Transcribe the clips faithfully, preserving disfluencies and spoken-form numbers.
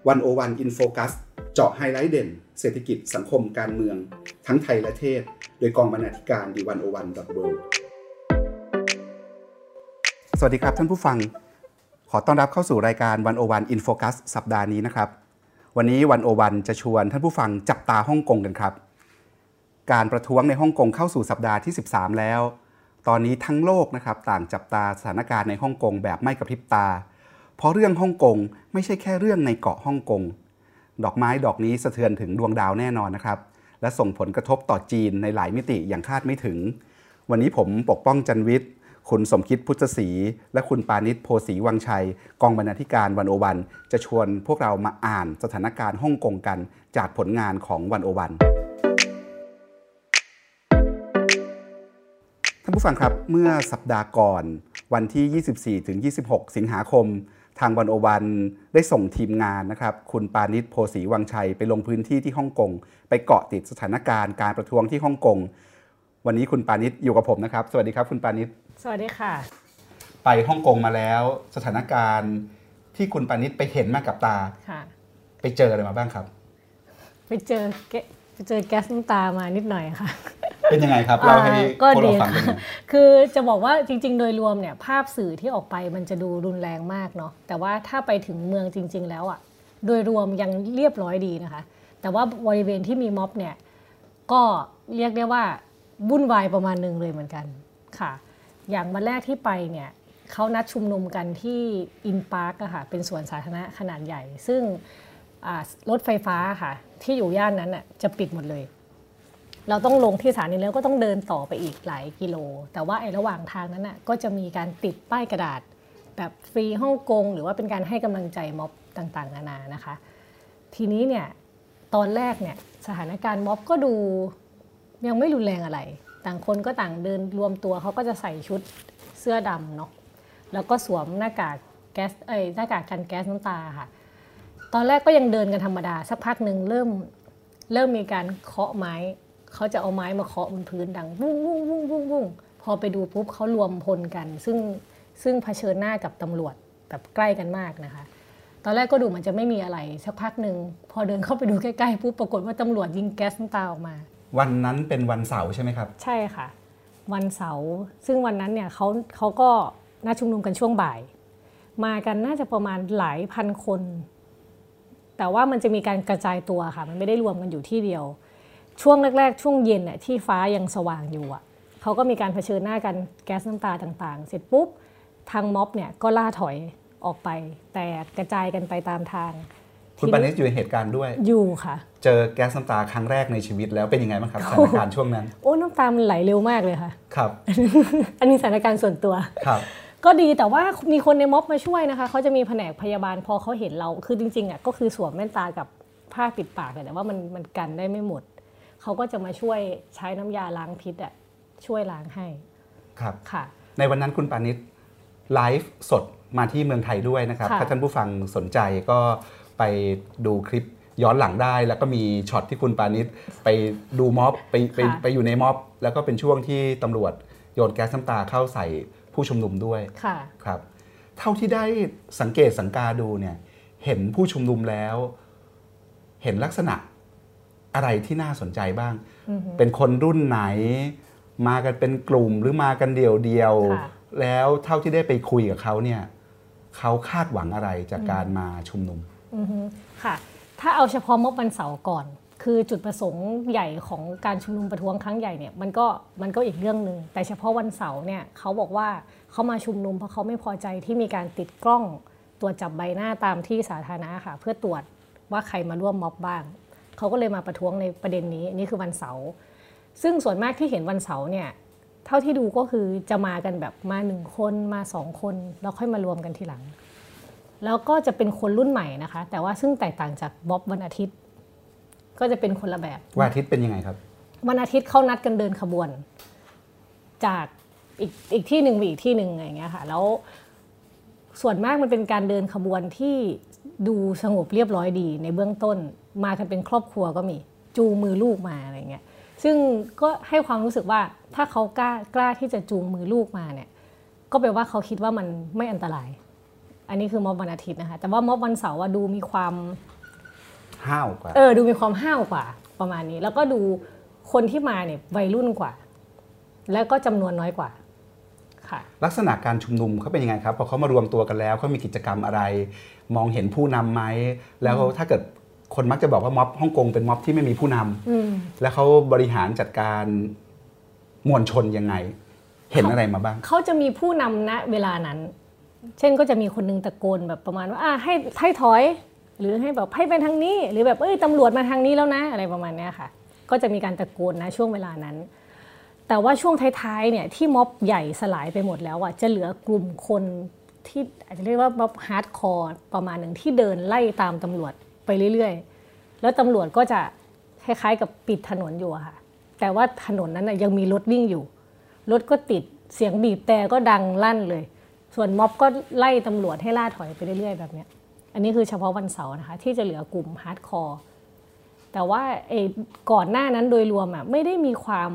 วันโอวันอินโฟกัสเจาะไฮไลท์เด่นเศรษฐกิจสังคมการเมืองทั้งไทยและเทศโดยกองบรรณาธิการ ดี วัน โอ วัน ดอท เวิลด์ สวัสดีครับท่านผู้ฟังขอต้อนรับเข้าสู่รายการวันโอวันอินโฟกัสสัปดาห์นี้นะครับวันนี้วันโอวันจะชวนท่านผู้ฟังจับตาฮ่องกงกันครับการประท้วงในฮ่องกงเข้าสู่สัปดาห์ที่สิบสามแล้วตอนนี้ทั้งโลกนะครับต่างจับตาสถานการณ์ในฮ่องกงแบบไม่กระพริบตาเพราะเรื่องฮ่องกงไม่ใช่แค่เรื่องในเกาะฮ่องกงดอกไม้ดอกนี้สะเทือนถึงดวงดาวแน่นอนนะครับและส่งผลกระทบต่อจีนในหลายมิติอย่างคาดไม่ถึงวันนี้ผมปกป้องจันวิทย์คุณสมคิดพุทธศรีและคุณปานิชโพสีวังชัยกองบรรณาธิการวันโอวันจะชวนพวกเรามาอ่านสถานการณ์ฮ่องกงกันจากผลงานของวันโอวันท่านผู้ฟังครับเมื่อสัปดาห์ก่อนวันที่ ยี่สิบสี่ถึงยี่สิบหก สิงหาคมทางวันโอวันได้ส่งทีมงานนะครับคุณปานิชโพสีวังชัยไปลงพื้นที่ที่ฮ่องกงไปเกาะติดสถานการณ์การประท้วงที่ฮ่องกงวันนี้คุณปานิชอยู่กับผมนะครับสวัสดีครับคุณปานิชสวัสดีค่ะไปฮ่องกงมาแล้วสถานการณ์ที่คุณปานิชไปเห็นมากับตาค่ะไปเจออะไรมาบ้างครับไปเจอไปเจอแก๊สน้ำตามานิดหน่อยค่ะเป็นยังไงครับเล่าให้พวกเราฟังกันคือจะบอกว่าจริงๆโดยรวมเนี่ยภาพสื่อที่ออกไปมันจะดูรุนแรงมากเนาะแต่ว่าถ้าไปถึงเมืองจริงๆแล้วอ่ะโดยรวมยังเรียบร้อยดีนะคะแต่ว่าบริเวณที่มีม็อบเนี่ยก็เรียกได้ว่าวุ่นวายประมาณนึงเลยเหมือนกันค่ะอย่างวันแรกที่ไปเนี่ยเขานัดชุมนุมกันที่อินพาร์คอะค่ะเป็นสวนสาธารณะขนาดใหญ่ซึ่งรถไฟฟ้าค่ะที่อยู่ย่านนั้นอะจะปิดหมดเลยเราต้องลงที่สถานีแล้วก็ต้องเดินต่อไปอีกหลายกิโลแต่ว่าไอ้ระหว่างทางนั้นอะก็จะมีการติดป้ายกระดาษแบบฟรีฮ่องกงหรือว่าเป็นการให้กำลังใจม็อบต่างๆนานานะคะทีนี้เนี่ยตอนแรกเนี่ยสถานการณ์ม็อบก็ดูยังไม่รุนแรงอะไรต่างคนก็ต่างเดินรวมตัวเขาก็จะใส่ชุดเสื้อดำเนาะแล้วก็สวมหน้ากากแก๊สเอ้ยหน้ากากกันแก๊สน้ำตาค่ะตอนแรกก็ยังเดินกันธรรมดาสักพักหนึ่งเริ่มเริ่มมีการเคาะไม้เขาจะเอาไม้มาเคาะบนพื้นดังวุ้งวุ้งวุ้งวุ้งวุ้งพอไปดูปุ๊บเขารวมพลกันซึ่งซึ่งเผชิญหน้ากับตำรวจแบบใกล้กันมากนะคะตอนแรกก็ดูมันจะไม่มีอะไรสักพักหนึ่งพอเดินเข้าไปดูใกล้ๆปุ๊บปรากฏว่าตำรวจยิงแก๊สน้ำตาออกมาวันนั้นเป็นวันเสาร์ใช่ไหมครับใช่ค่ะวันเสาร์ซึ่งวันนั้นเนี่ยเขาเขาก็นัดชุมนุมกันช่วงบ่ายมากันน่าจะประมาณหลายพันคนแต่ว่ามันจะมีการกระจายตัวค่ะมันไม่ได้รวมกันอยู่ที่เดียวช่วงแรกๆช่วงเย็นน่ะที่ฟ้ายังสว่างอยู่อ่ะเขาก็มีการเผชิญหน้ากันแก๊สน้ำตาต่างๆเสร็จปุ๊บทางม็อบเนี่ยก็ล่าถอยออกไปแต่กระจายกันไปตามทางคุณปานิชอยู่ในเหตุการณ์ด้วยอยู่ค่ะเจอแก๊สน้ำตาครั้งแรกในชีวิตแล้วเป็นยังไงบ้างครับสถานการณ์ช่วงนั้นโอ้น้ำตามันไหลเร็วมากเลยค่ะครับอันนี้สถานการณ์ส่วนตัวครับก็ดีแต่ว่ามีคนในม็อบมาช่วยนะคะเขาจะมีแผนกพยาบาลพอเขาเห็นเราคือจริงๆอ่ะก็คือสวมแว่นตากับผ้าปิดปากแต่ว่ามันมันกันได้ไม่หมดเขาก็จะมาช่วยใช้น้ำยาล้างพิษอ่ะช่วยล้างให้ครับค่ะในวันนั้นคุณปานิชไลฟ์สดมาที่เมืองไทยด้วยนะครับถ้าท่านผู้ฟังสนใจก็ไปดูคลิปย้อนหลังได้แล้วก็มีช็อตที่คุณปานิชไปดูม็อบไปไปไปอยู่ในม็อบแล้วก็เป็นช่วงที่ตำรวจโยนแก๊สน้ำตาเข้าใส่ผู้ชุมนุมด้วยครับเท่าที่ได้สังเกตสังกาดูเนี่ยเห็นผู้ชุมนุมแล้วเห็นลักษณะอะไรที่น่าสนใจบ้าง mm-hmm. เป็นคนรุ่นไหนมากันเป็นกลุ่มหรือมากันเดี่ยวๆแล้วเท่าที่ได้ไปคุยกับเขาเนี่ยเขาคาดหวังอะไรจากการมาชุมนุมค่ะถ้าเอาเฉพาะม็อบวันเสาร์ก่อนคือจุดประสงค์ใหญ่ของการชุมนุมประท้วงครั้งใหญ่เนี่ยมันก็มันก็อีกเรื่องนึงแต่เฉพาะวันเสาร์เนี่ยเขาบอกว่าเขามาชุมนุมเพราะเขาไม่พอใจที่มีการติดกล้องตรวจจับใบหน้าตามที่สาธารณะค่ะเพื่อตรวจว่าใครมาร่วมม็อบบ้างเขาก็เลยมาประท้วงในประเด็นนี้นี่คือวันเสาร์ซึ่งส่วนมากที่เห็นวันเสาร์เนี่ยเท่าที่ดูก็คือจะมากันแบบมาหนึ่งคนมาสองคนแล้วค่อยมารวมกันทีหลังแล้วก็จะเป็นคนรุ่นใหม่นะคะแต่ว่าซึ่งแตกต่างจากม็อบวันอาทิตย์ก็จะเป็นคนละแบบวันอาทิตย์เป็นยังไงครับวันอาทิตย์เขานัดกันเดินขบวนจากอีกอีกที่หนึ่งไปอีกที่หนึ่งอย่างเงี้ยค่ะแล้วส่วนมากมันเป็นการเดินขบวนที่ดูสงบเรียบร้อยดีในเบื้องต้นมากันเป็นครอบครัวก็มีจูงมือลูกมาอะไรเงี้ยซึ่งก็ให้ความรู้สึกว่าถ้าเขากล้ากล้าที่จะจูงมือลูกมาเนี่ยก็แปลว่าเขาคิดว่ามันไม่อันตรายอันนี้คือม็อบวันอาทิตย์นะคะแต่ว่าม็อบวันเสาร์ดูมีความห้าวกว่าเออดูมีความห้าวกว่าประมาณนี้แล้วก็ดูคนที่มาเนี่ยวัยรุ่นกว่าแล้วก็จำนวนน้อยกว่าค่ะลักษณะการชุมนุมเขาเป็นยังไงครับพอเขามารวมตัวกันแล้วเขามีกิจกรรมอะไรมองเห็นผู้นำไหมแล้วถ้าเกิดคนมักจะบอกว่าม็อบฮ่องกงเป็นม็อบที่ไม่มีผู้นำแล้วเขาบริหารจัดการมวลชนยังไงเห็นอะไรมาบ้างเขาจะมีผู้นำณเวลานั้นเช่นก็จะมีคนนึงตะโกนแบบประมาณว่าอ่ะให้ให้ถอยหรือให้แบบให้ไปทางนี้หรือแบบเอ้ยตำรวจมาทางนี้แล้วนะอะไรประมาณนี้ค่ะก็จะมีการตะโกนนะช่วงเวลานั้นแต่ว่าช่วงท้ายๆเนี่ยที่ม็อบใหญ่สลายไปหมดแล้วอ่ะจะเหลือกลุ่มคนที่อาจจะเรียกว่าม็อบฮาร์ดคอร์ประมาณหนึ่งที่เดินไล่ตามตำรวจไปเรื่อยๆแล้วตำรวจก็จะคล้ายๆกับปิดถนนอยู่ค่ะแต่ว่าถนนนั้นยังมีรถวิ่งอยู่รถก็ติดเสียงบีบแต่ก็ดังลั่นเลยส่วนม็อบก็ไล่ตำรวจให้ล่าถอยไปเรื่อยๆแบบนี้อันนี้คือเฉพาะวันเสาร์นะคะที่จะเหลือกลุ่มฮาร์ดคอร์แต่ว่าไอ้ก่อนหน้านั้นโดยรวมอ่ะไม่ได้มีความ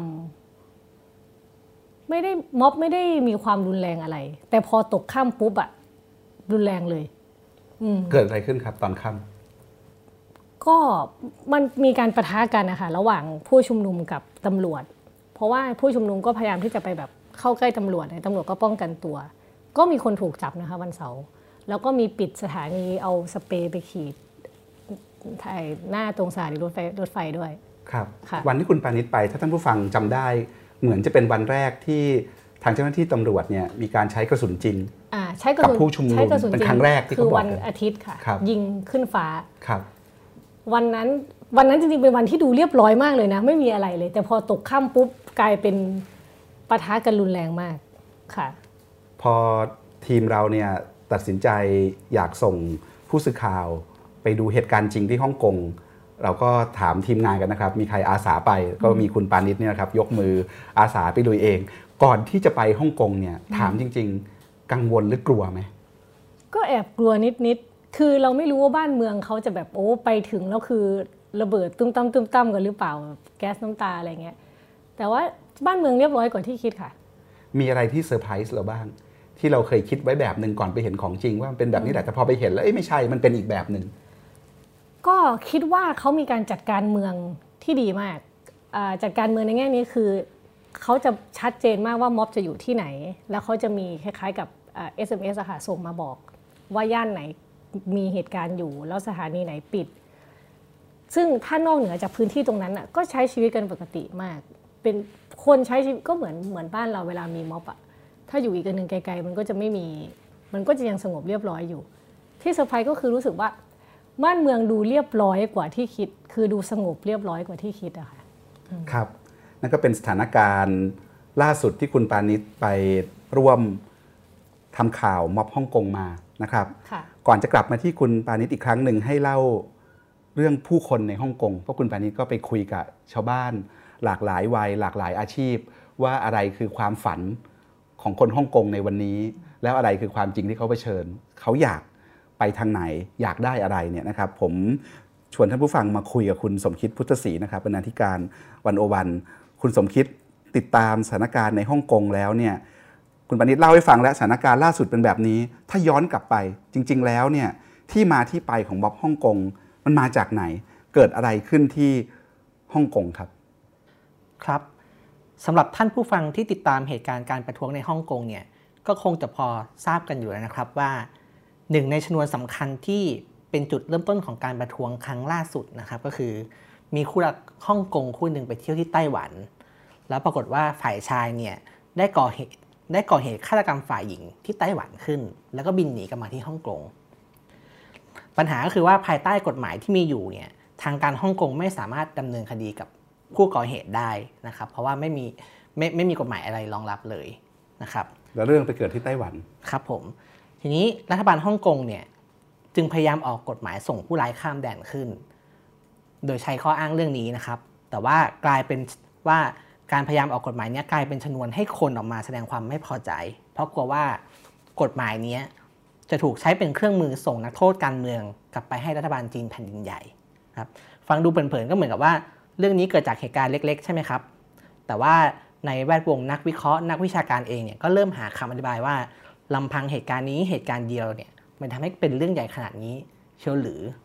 ไม่ได้ม็อบไม่ได้มีความรุนแรงอะไรแต่พอตกค่ำปุ๊บอ่ะรุนแรงเลยเกิดอะไรขึ้นครับตอนค่ำก็มันมีการปะทะกันนะคะระหว่างผู้ชุมนุมกับตำรวจเพราะว่าผู้ชุมนุมก็พยายามที่จะไปแบบเข้าใกล้ตำรวจตำรวจก็ป้องกันตัวก็มีคนถูกจับนะคะวันเสาร์แล้วก็มีปิดสถานีเอาสเปรย์ไปขีดถ่ายหน้าตรงสถานีรถไฟรถไฟด้วยครับวันที่คุณปานิชไปถ้าท่านผู้ฟังจำได้เหมือนจะเป็นวันแรกที่ทางเจ้าหน้าที่ตำรวจเนี่ยมีการใช้กระสุนจริงกับผู้ชุมนุมเป็นครั้งแรกที่เขาบอกคือวันอาทิตย์ค่ะยิงขึ้นฟ้าวันนั้นวันนั้นจริงๆเป็นวันที่ดูเรียบร้อยมากเลยนะไม่มีอะไรเลยแต่พอตกค่ำปุ๊บกลายเป็นปะทะกันรุนแรงมากค่ะพอทีมเราเนี่ยตัดสินใจอยากส่งผู้สื่อข่าวไปดูเหตุการณ์จริงที่ฮ่องกงเราก็ถามทีมงานกันนะครับมีใครอาสาไปก็มีคุณปานิชเนี่ยนะครับยกมืออาสาไปลุยเองก่อนที่จะไปฮ่องกงเนี่ยถามจริงๆกังวลหรือกลัวไหมก็แอบกลัวนิดๆคือเราไม่รู้ว่าบ้านเมืองเขาจะแบบโอ้ไปถึงแล้วคือระเบิดตุ้มตั้มตุ้มตั้มกันหรือเปล่าแก๊สน้ำตาอะไรเงี้ยแต่ว่าบ้านเมืองเรียบร้อยกว่าที่คิดค่ะมีอะไรที่เซอร์ไพรส์เราบ้างที่เราเคยคิดไว้แบบหนึ่งก่อนไปเห็นของจริงว่ามันเป็นแบบนี้แหละแต่พอไปเห็นแล้วไม่ใช่มันเป็นอีกแบบหนึ่งก็คิดว่าเขามีการจัดการเมืองที่ดีมากจัดการเมืองในแง่นี้คือเขาจะชัดเจนมากว่าม็อบจะอยู่ที่ไหนแล้วเขาจะมีคล้ายๆกับ เอส เอ็ม เอส อะค่ะส่งมาบอกว่าย่านไหนมีเหตุการณ์อยู่แล้วสถานีไหนปิดซึ่งถ้านอกเหนือจากพื้นที่ตรงนั้นก็ใช้ชีวิตกันปกติมากเป็นคนใช้ชีวิตก็เหมือนเหมือนบ้านเราเวลามีม็อบอะถ้าอยู่อีกอันหนึ่งไกลๆมันก็จะไม่มีมันก็จะยังสงบเรียบร้อยอยู่ที่เซอร์ไพรส์ก็คือรู้สึกว่าบ้านเมืองดูเรียบร้อยกว่าที่คิดคือดูสงบเรียบร้อยกว่าที่คิดอะค่ะครับนั่นก็เป็นสถานการณ์ล่าสุดที่คุณปานิชไปร่วมทำข่าวม็อบฮ่องกงมานะครับก่อนจะกลับมาที่คุณปานิชอีกครั้งหนึ่งให้เล่าเรื่องผู้คนในฮ่องกงเพราะคุณปานิชก็ไปคุยกับชาวบ้านหลากหลายวัยหลากหลายอาชีพว่าอะไรคือความฝันของคนฮ่องกงในวันนี้แล้วอะไรคือความจริงที่เขาเผชิญเขาอยากไปทางไหนอยากได้อะไรเนี่ยนะครับผมชวนท่านผู้ฟังมาคุยกับคุณสมคิดพุทธศรีนะครับบรรณาธิการวันโอวันคุณสมคิดติดตามสถานการณ์ในฮ่องกงแล้วเนี่ยคุณปานิชเล่าให้ฟังแล้วสถานการณ์ล่าสุดเป็นแบบนี้ถ้าย้อนกลับไปจริงๆแล้วเนี่ยที่มาที่ไปของม็อบฮ่องกงมันมาจากไหนเกิดอะไรขึ้นที่ฮ่องกงครับครับสำหรับท่านผู้ฟังที่ติดตามเหตุการณ์การประท้วงในฮ่องกงเนี่ยก็คงจะพอทราบกันอยู่แล้วนะครับว่าหนึ่งในชนวนสำคัญที่เป็นจุดเริ่มต้นของการประท้วงครั้งล่าสุดนะครับก็คือมีคู่รักฮ่องกงคู่หนึ่งไปเที่ยวที่ไต้หวันแล้วปรากฏว่าฝ่ายชายเนี่ยได้ก่อเหตุได้ก่อเหตุฆาตกรรมฝ่ายหญิงที่ไต้หวันขึ้นแล้วก็บินหนีกลับมาที่ฮ่องกงปัญหาก็คือว่าภายใต้กฎหมายที่มีอยู่เนี่ยทางการฮ่องกงไม่สามารถดำเนินคดีกับผู้ก่อเหตุได้นะครับเพราะว่าไม่มีไม่ไม่มีกฎหมายอะไรรองรับเลยนะครับแล้วเรื่องไปเกิดที่ไต้หวันครับผมทีนี้รัฐบาลฮ่องกงเนี่ยจึงพยายามออกกฎหมายส่งผู้ร้ายข้ามแดนขึ้นโดยใช้ข้ออ้างเรื่องนี้นะครับแต่ว่ากลายเป็นว่าการพยายามออกกฎหมายนี้กลายเป็นชนวนให้คนออกมาแสดงความไม่พอใจเพราะกลัวว่ากฎหมายนี้จะถูกใช้เป็นเครื่องมือส่งนักโทษการเมืองกลับไปให้รัฐบาลจีนแผ่นดินใหญ่ครับฟังดูเผินๆก็เหมือนกับว่าเรื่องนี้เกิดจากเหตุการณ์เล็กๆใช่ไหมครับแต่ว่าในแวดวงนักวิเคราะห์นักวิชาการเองเนี่ยก็เริ่มหาคำอธิบายว่าลำพังเหตุการณ์นี้เหตุการณ์เดียวเนี่ยมันทำให้เป็นเรื่องใหญ่ขนาดนี้เชียวหรือ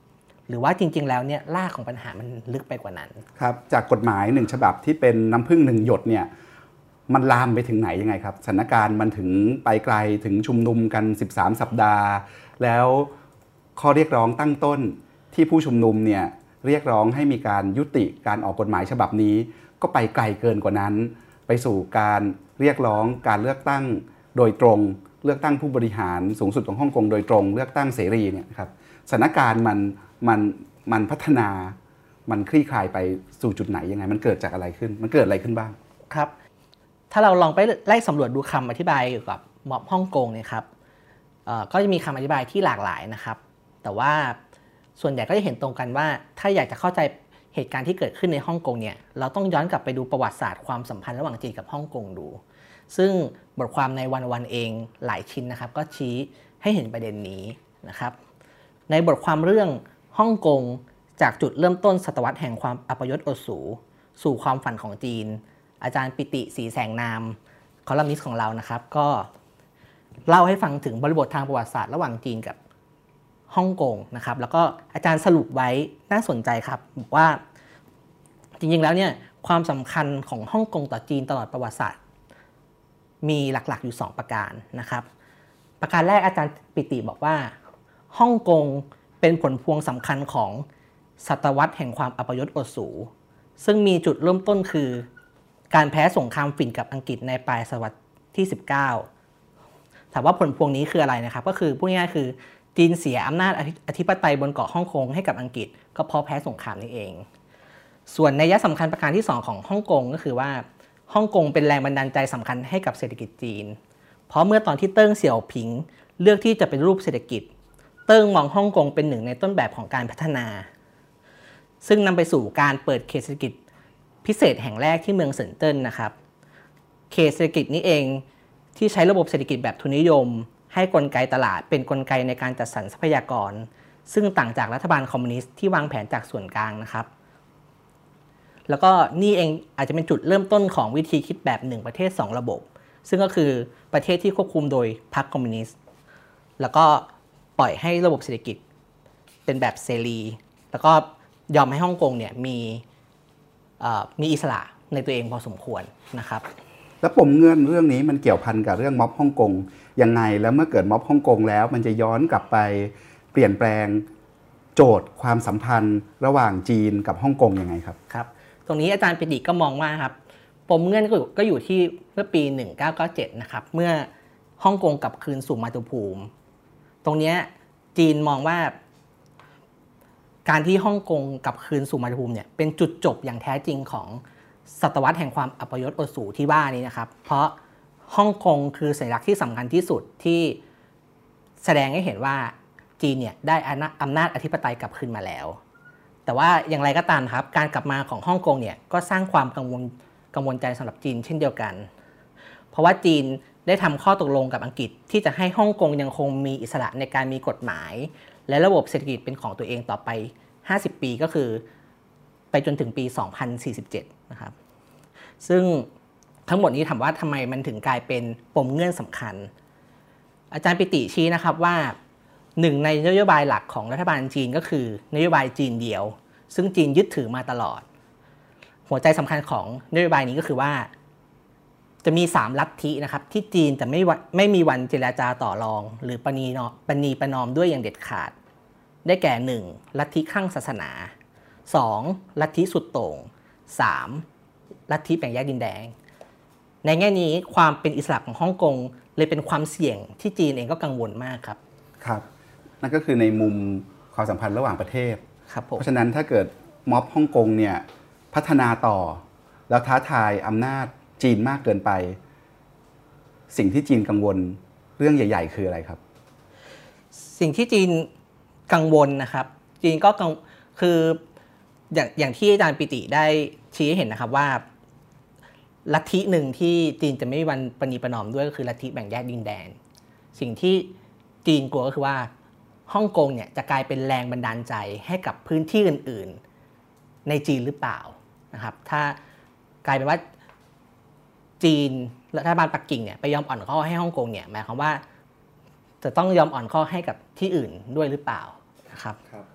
หรือว่าจริงๆแล้วเนี่ยรากของปัญหามันลึกไปกว่านั้นครับจากกฎหมายหนึ่งฉบับที่เป็นน้ำผึ้งหนึ่งหยดเนี่ยมันลามไปถึงไหนยังไงครับสถานการณ์มันถึงไปไกลถึงชุมนุมกันสิบสามสัปดาห์แล้วข้อเรียกร้องตั้งต้นที่ผู้ชุมนุมเนี่ยเรียกร้องให้มีการยุติการออกกฎหมายฉบับนี้ก็ไปไกลเกินกว่านั้นไปสู่การเรียกร้องการเลือกตั้งโดยตรงเลือกตั้งผู้บริหารสูงสุดของฮ่องกงโดยตรงเลือกตั้งเสรีเนี่ยครับสถานการณ์มันมันมันพัฒนามันคลี่คลายไปสู่จุดไหนยังไงมันเกิดจากอะไรขึ้นมันเกิดอะไรขึ้นบ้างครับถ้าเราลองไปไล่สำรวจดูคำอธิบายเกี่ยวกับม็อบฮ่องกงเนี่ยครับก็จะมีคำอธิบายที่หลากหลายนะครับแต่ว่าส่วนใหญ่ก็จะเห็นตรงกันว่าถ้าอยากจะเข้าใจเหตุการณ์ที่เกิดขึ้นในฮ่องกงเนี่ยเราต้องย้อนกลับไปดูประวัติศาสตร์ความสัมพันธ์ระหว่างจีนกับฮ่องกงดูซึ่งบทความในวันวันเองหลายชิ้นนะครับก็ชี้ให้เห็นประเด็นนี้นะครับในบทความเรื่องฮ่องกงจากจุดเริ่มต้นศตวรรษแห่งความอัปยศอดสูสู่ความฝันของจีนอาจารย์ปิติศรีแสงนามคอลัมนิสต์ของเรานะครับก็เล่าให้ฟังถึงบริบททางประวัติศาสตร์ระหว่างจีนกับฮ่องกงนะครับแล้วก็อาจารย์สรุปไว้น่าสนใจครับบอกว่าจริงๆแล้วเนี่ยความสำคัญของฮ่องกงต่อจีนตลอดประวัติศาสตร์มีหลักๆอยู่สองประการนะครับประการแรกอาจารย์ปิติบอกว่าฮ่องกงเป็นผลพวงสำคัญของศตวรรษแห่งความอัปยศอดสูซึ่งมีจุดเริ่มต้นคือการแพ้สงครามฝิ่นกับอังกฤษในปลายศตวรรษที่สิบเก้าถามว่าผลพวงนี้คืออะไรนะครับก็คือพูดง่ายๆคือจีนเสียอำนาจอธิปไตยบนเกาะฮ่องกงให้กับอังกฤษก็เพราะแพ้สงครามนี้เองส่วนนัยสำคัญประการที่สองของฮ่องกงก็คือว่าฮ่องกงเป็นแรงบันดาลใจสำคัญให้กับเศรษฐกิจจีนเพราะเมื่อตอนที่เติ้งเสี่ยวผิงเลือกที่จะเป็นรูปเศรษฐกิจเติ้งมองฮ่องกงเป็นหนึ่งในต้นแบบของการพัฒนาซึ่งนำไปสู่การเปิดเขตเศรษฐกิจพิเศษแห่งแรกที่เมืองเซินเจิ้นนะครับเขตเศรษฐกิจนี้เองที่ใช้ระบบเศรษฐกิจแบบทุนนิยมให้กลไกตลาดเป็นกลไกในการจัดสรรทรัพยากรซึ่งต่างจากรัฐบาลคอมมิวนิสต์ที่วางแผนจากส่วนกลางนะครับแล้วก็นี่เองอาจจะเป็นจุดเริ่มต้นของวิธีคิดแบบหนึ่งประเทศสองระบบซึ่งก็คือประเทศที่ควบคุมโดยพรรคคอมมิวนิสต์แล้วก็ปล่อยให้ระบบเศรษฐกิจเป็นแบบเสรีแล้วก็ยอมให้ฮ่องกงเนี่ยมีมีอิสระในตัวเองพอสมควรนะครับแล้วปมเงื่อนเรื่องนี้มันเกี่ยวพันกับเรื่องม็อบฮ่องกงยังไงแล้วเมื่อเกิดม็อบฮ่องกงแล้วมันจะย้อนกลับไปเปลี่ยนแปลงโจทย์ความสัมพันธ์ระหว่างจีนกับฮ่องกงยังไงครับครับตรงนี้อาจารย์ปิติก็มองว่าครับปมเงื่อนก็อยู่ที่เมื่อปีหนึ่งพันเก้าร้อยเก้าสิบเจ็ดนะครับเมื่อฮ่องกงกลับคืนสู่มาตุภูมิตรงนี้จีนมองว่าการที่ฮ่องกงกลับคืนสู่มาตุภูมิเนี่ยเป็นจุดจบอย่างแท้จริงของศตวรรษแห่งความอัปยศอดสูที่ว่านี้นะครับเพราะฮ่องกงคือสัญลักษณ์ที่สำคัญที่สุดที่แสดงให้เห็นว่าจีนเนี่ยได้อำนาจอธิปไตยกลับคืนมาแล้วแต่ว่าอย่างไรก็ตามครับการกลับมาของฮ่องกงเนี่ยก็สร้างความกังวลกังวลใจสำหรับจีนเช่นเดียวกันเพราะว่าจีนได้ทำข้อตกลงกับอังกฤษที่จะให้ฮ่องกงยังคงมีอิสระในการมีกฎหมายและระบบเศรษฐกิจเป็นของตัวเองต่อไปห้าสิบปีก็คือไปจนถึงปีสองพันสี่สิบเจ็ดนะครับซึ่งทั้งหมดนี้ถามว่าทำไมมันถึงกลายเป็นปมเงื่อนสำคัญอาจารย์ปิติชี้นะครับว่าหนึ่งในนโยบายหลักของรัฐบาลจีนก็คือนโยบายจีนเดียวซึ่งจีนยึดถือมาตลอดหัวใจสำคัญของนโยบายนี้ก็คือว่าจะมีสามลัทธินะครับที่จีนจะไม่ไม่มีวันเจรจาต่อรองหรือปณีปณีประนอมด้วยอย่างเด็ดขาดได้แก่หนึ่งลัทธิข้างศาสนาสองลัทธิสุดโต่งสามลัทธิแบ่งแยกดินแดนในแง่นี้ความเป็นอิสระของฮ่องกงเลยเป็นความเสี่ยงที่จีนเองก็กังวลมากครับครับนั่นก็คือในมุมความสัมพันธ์ระหว่างประเทศครับผมเพราะฉะนั้นถ้าเกิดม็อบฮ่องกงเนี่ยพัฒนาต่อแล้วท้าทายอำนาจจีนมากเกินไปสิ่งที่จีนกังวลเรื่องใหญ่ๆคืออะไรครับสิ่งที่จีนกังวลนะครับจีนก็คืออย่างอย่างที่อาจารย์ปิติได้ชี้ให้เห็นนะครับว่าลัทธิหนึ่งที่จีนจะไม่มีวันประนีประนอมด้วยก็คือลัทธิแบ่งแยกดินแดนสิ่งที่จีนกลัวก็คือว่าฮ่องกงเนี่ยจะกลายเป็นแรงบันดาลใจให้กับพื้นที่อื่นๆในจีนหรือเปล่านะครับถ้ากลายเป็นว่าจีนรัฐบาลปักกิ่งเนี่ยไปยอมอ่อนข้อให้ฮ่องกงเนี่ยหมายความว่าจะต้องยอมอ่อนข้อให้กับที่อื่นด้วยหรือเปล่านะครับครับ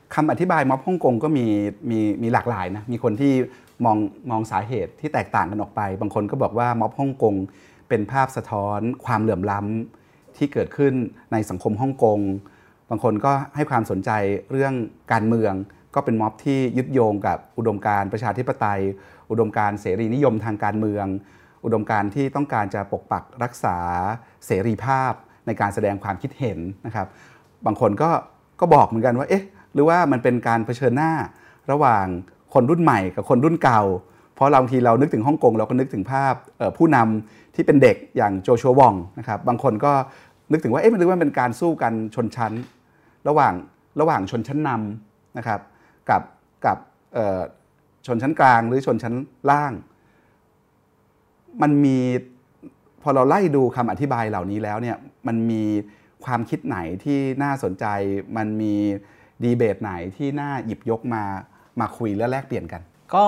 คำอธิบายม็อบฮ่องกงก็มีมีมีหลากหลายนะมีคนที่มองมองสาเหตุที่แตกต่างกันออกไปบางคนก็บอกว่าม็อบฮ่องกงเป็นภาพสะท้อนความเหลื่อมล้ำที่เกิดขึ้นในสังคมฮ่องกงบางคนก็ให้ความสนใจเรื่องการเมืองก็เป็นม็อบที่ยึดโยงกับอุดมการณ์ประชาธิปไตยอุดมการณ์เสรีนิยมทางการเมืองอุดมการณ์ที่ต้องการจะปกปักรักษาเสรีภาพในการแสดงความคิดเห็นนะครับบางคนก็ก็บอกเหมือนกันว่าเอ๊ะหรือว่ามันเป็นการเผชิญหน้าระหว่างคนรุ่นใหม่กับคนรุ่นเก่าเพราะบางทีเรานึกถึงฮ่องกงเราก็นึกถึงภาพผู้นำที่เป็นเด็กอย่างโจชัววองนะครับบางคนก็นึกถึงว่าเอ๊ะมันหรือว่าเป็นการสู้กันชนชั้นระหว่างระหว่างชนชั้นนำนะครับกับกับชนชั้นกลางหรือชนชั้นล่างมันมีพอเราไล่ดูคำอธิบายเหล่านี้แล้วเนี่ยมันมีความคิดไหนที่น่าสนใจมันมีดีเบตไหนที่น่าหยิบยกมามาคุยและแลกเปลี่ยนกันก็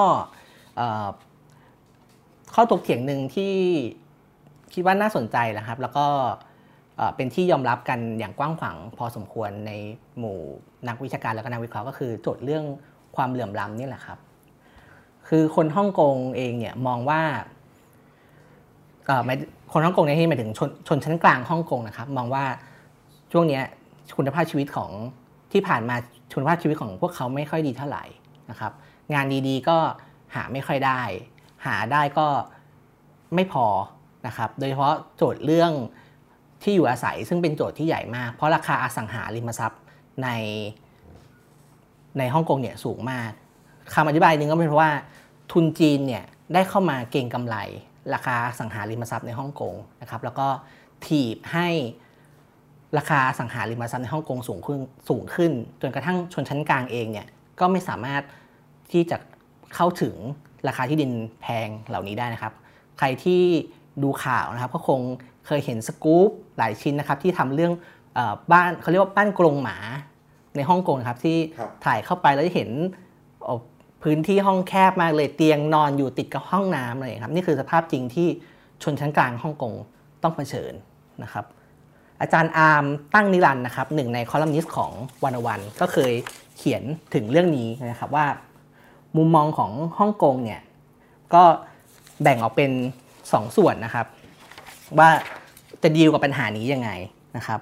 ข้อถกเถียงหนึ่งที่คิดว่าน่าสนใจนะครับแล้วก็เป็นที่ยอมรับกันอย่างกว้างขวางพอสมควรในหมู่นักวิชาการและก็นักวิเคราะห์ก็คือโจทย์เรื่องความเหลื่อมล้ำนี่แหละครับคือคนฮ่องกงเองเนี่ยมองว่าคนฮ่องกงในที่หมายถึงชนชนชั้นกลางฮ่องกงนะครับมองว่าช่วงนี้คุณภาพชีวิตของที่ผ่านมาคุณภาพชีวิตของพวกเขาไม่ค่อยดีเท่าไหร่นะครับงานดีๆก็หาไม่ค่อยได้หาได้ก็ไม่พอนะครับโดยเฉพาะโจทย์เรื่องที่อยู่อาศัยซึ่งเป็นโจทย์ที่ใหญ่มากเพราะราคาอสังหาริมทรัพย์ในในฮ่องกงเนี่ยสูงมากคำอธิบายหนึ่งก็เป็นเพราะว่าทุนจีนเนี่ยได้เข้ามาเก็งกำไรราคาอสังหาริมทรัพย์ในฮ่องกงนะครับแล้วก็ถีบให้ราคาอสังหาริมทรัพย์ในฮ่องกงสูงขึ้นสูงขึ้นจนกระทั่งชนชั้นกลางเองเนี่ยก็ไม่สามารถที่จะเข้าถึงราคาที่ดินแพงเหล่านี้ได้นะครับใครที่ดูข่าวนะครับก็คงเคยเห็นสกู๊ปหลายชิ้นนะครับที่ทำเรื่องบ้านเขาเรียกว่าบ้านกรงหมาในฮ่องกงครับที่ถ่ายเข้าไปแล้วจะเห็นพื้นที่ห้องแคบมากเลยเตียงนอนอยู่ติดกับห้องน้ำเลยครับนี่คือสภาพจริงที่ชนชั้นกลางฮ่องกงต้องเผชิญนะครับอาจารย์อาร์มตั้งนิรันดร์นะครับหนึ่งในคอลัมนิสต์ของวันวันก็เคยเขียนถึงเรื่องนี้นะครับว่ามุมมองของฮ่องกงเนี่ยก็แบ่งออกเป็นสองส่วนนะครับว่าจะดีลกับปัญหานี้ยังไงนะครับ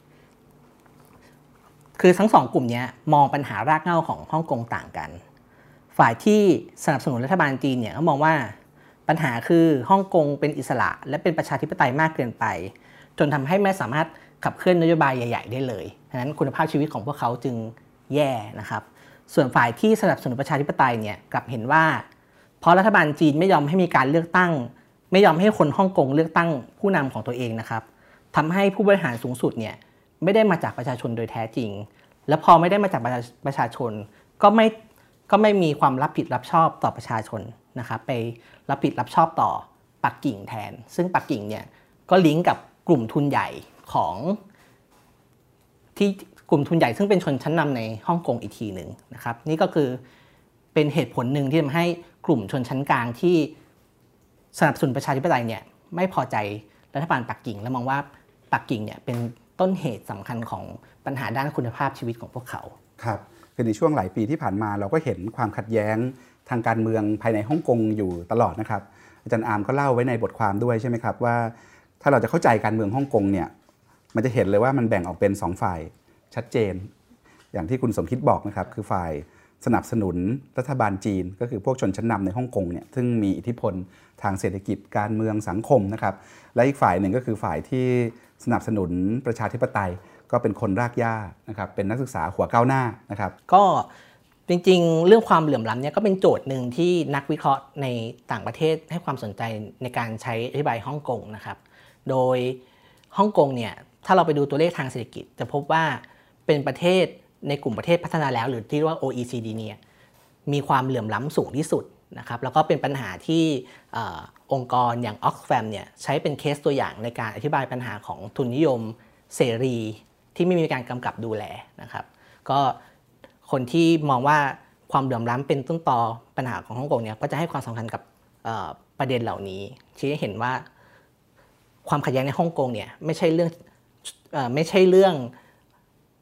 คือทั้งสองกลุ่มนี้มองปัญหารากเหง้าของฮ่องกงต่างกันฝ่ายที่สนับสนุนรัฐบาลจีนเนี่ยก็มองว่าปัญหาคือฮ่องกงเป็นอิสระและเป็นประชาธิปไตยมากเกินไปจนทำให้ไม่สามารถขับเคลื่อนนโยบายใหญ่ๆได้เลยฉะนั้นคุณภาพชีวิตของพวกเขาจึงแย่นะครับส่วนฝ่ายที่สนับสนุนประชาธิปไตยเนี่ยกลับเห็นว่าเพราะรัฐบาลจีนไม่ยอมให้มีการเลือกตั้งไม่ยอมให้คนฮ่องกงเลือกตั้งผู้นำของตัวเองนะครับทำให้ผู้บริหารสูงสุดเนี่ยไม่ได้มาจากประชาชนโดยแท้จริงและพอไม่ได้มาจากประชาชนก็ไม่ก็ไม่มีความรับผิดรับชอบต่อประชาชนนะครับไปรับผิดรับชอบต่อปักกิ่งแทนซึ่งปักกิ่งเนี่ยก็ลิงก์กับกลุ่มทุนใหญ่ของที่กลุ่มทุนใหญ่ซึ่งเป็นชนชั้นนำในฮ่องกงอีกทีหนึ่งนะครับนี่ก็คือเป็นเหตุผลหนึ่งที่ทำให้กลุ่มชนชั้นกลางที่สนับสนุนประชาธิปไตยเนี่ยไม่พอใจรัฐบาลปักกิ่งและมองว่าปักกิ่งเนี่ยเป็นต้นเหตุสำคัญของปัญหาด้านคุณภาพชีวิตของพวกเขาครับคือในช่วงหลายปีที่ผ่านมาเราก็เห็นความขัดแย้งทางการเมืองภายในฮ่องกงอยู่ตลอดนะครับอาจารย์อาร์มก็เล่าไว้ในบทความด้วยใช่ไหมครับว่าถ้าเราจะเข้าใจการเมืองฮ่องกงเนี่ยมันจะเห็นเลยว่ามันแบ่งออกเป็นสองฝ่ายชัดเจนอย่างที่คุณสมคิดบอกนะครับคือฝ่ายสนับสนุนรัฐบาลจีนก็คือพวกชนชั้นนำในฮ่องกงเนี่ยซึ่งมีอิทธิพลทางเศรษฐกิจการเมืองสังคมนะครับและอีกฝ่ายหนึ่งก็คือฝ่ายที่สนับสนุนประชาธิปไตยก็เป็นคนรากหญ้านะครับเป็นนักศึกษาหัวก้าวหน้านะครับก็จริงๆเรื่องความเหลื่อมล้ำเนี่ยก็เป็นโจทย์หนึ่งที่นักวิเคราะห์ในต่างประเทศให้ความสนใจในการใช้อธิบายฮ่องกงนะครับโดยฮ่องกงเนี่ยถ้าเราไปดูตัวเลขทางเศรษฐกิจจะพบว่าเป็นประเทศในกลุ่มประเทศพัฒนาแล้วหรือที่เรียกว่า โอ อี ซี ดี เนี่ยมีความเหลื่อมล้ำสูงที่สุดนะครับแล้วก็เป็นปัญหาที่องค์กรอย่าง Oxfam เนี่ยใช้เป็นเคสตัวอย่างในการอธิบายปัญหาของทุนนิยมเสรีที่ไม่มีการกำกับดูแลนะครับก็คนที่มองว่าความเหลื่อมล้ำเป็นต้นตอปัญหาของฮ่องกงเนี่ยก็จะให้ความสำคัญกับประเด็นเหล่านี้ชี้ให้เห็นว่าความขัดแย้งในฮ่องกงเนี่ยไม่ใช่เรื่องไม่ใช่เรื่อง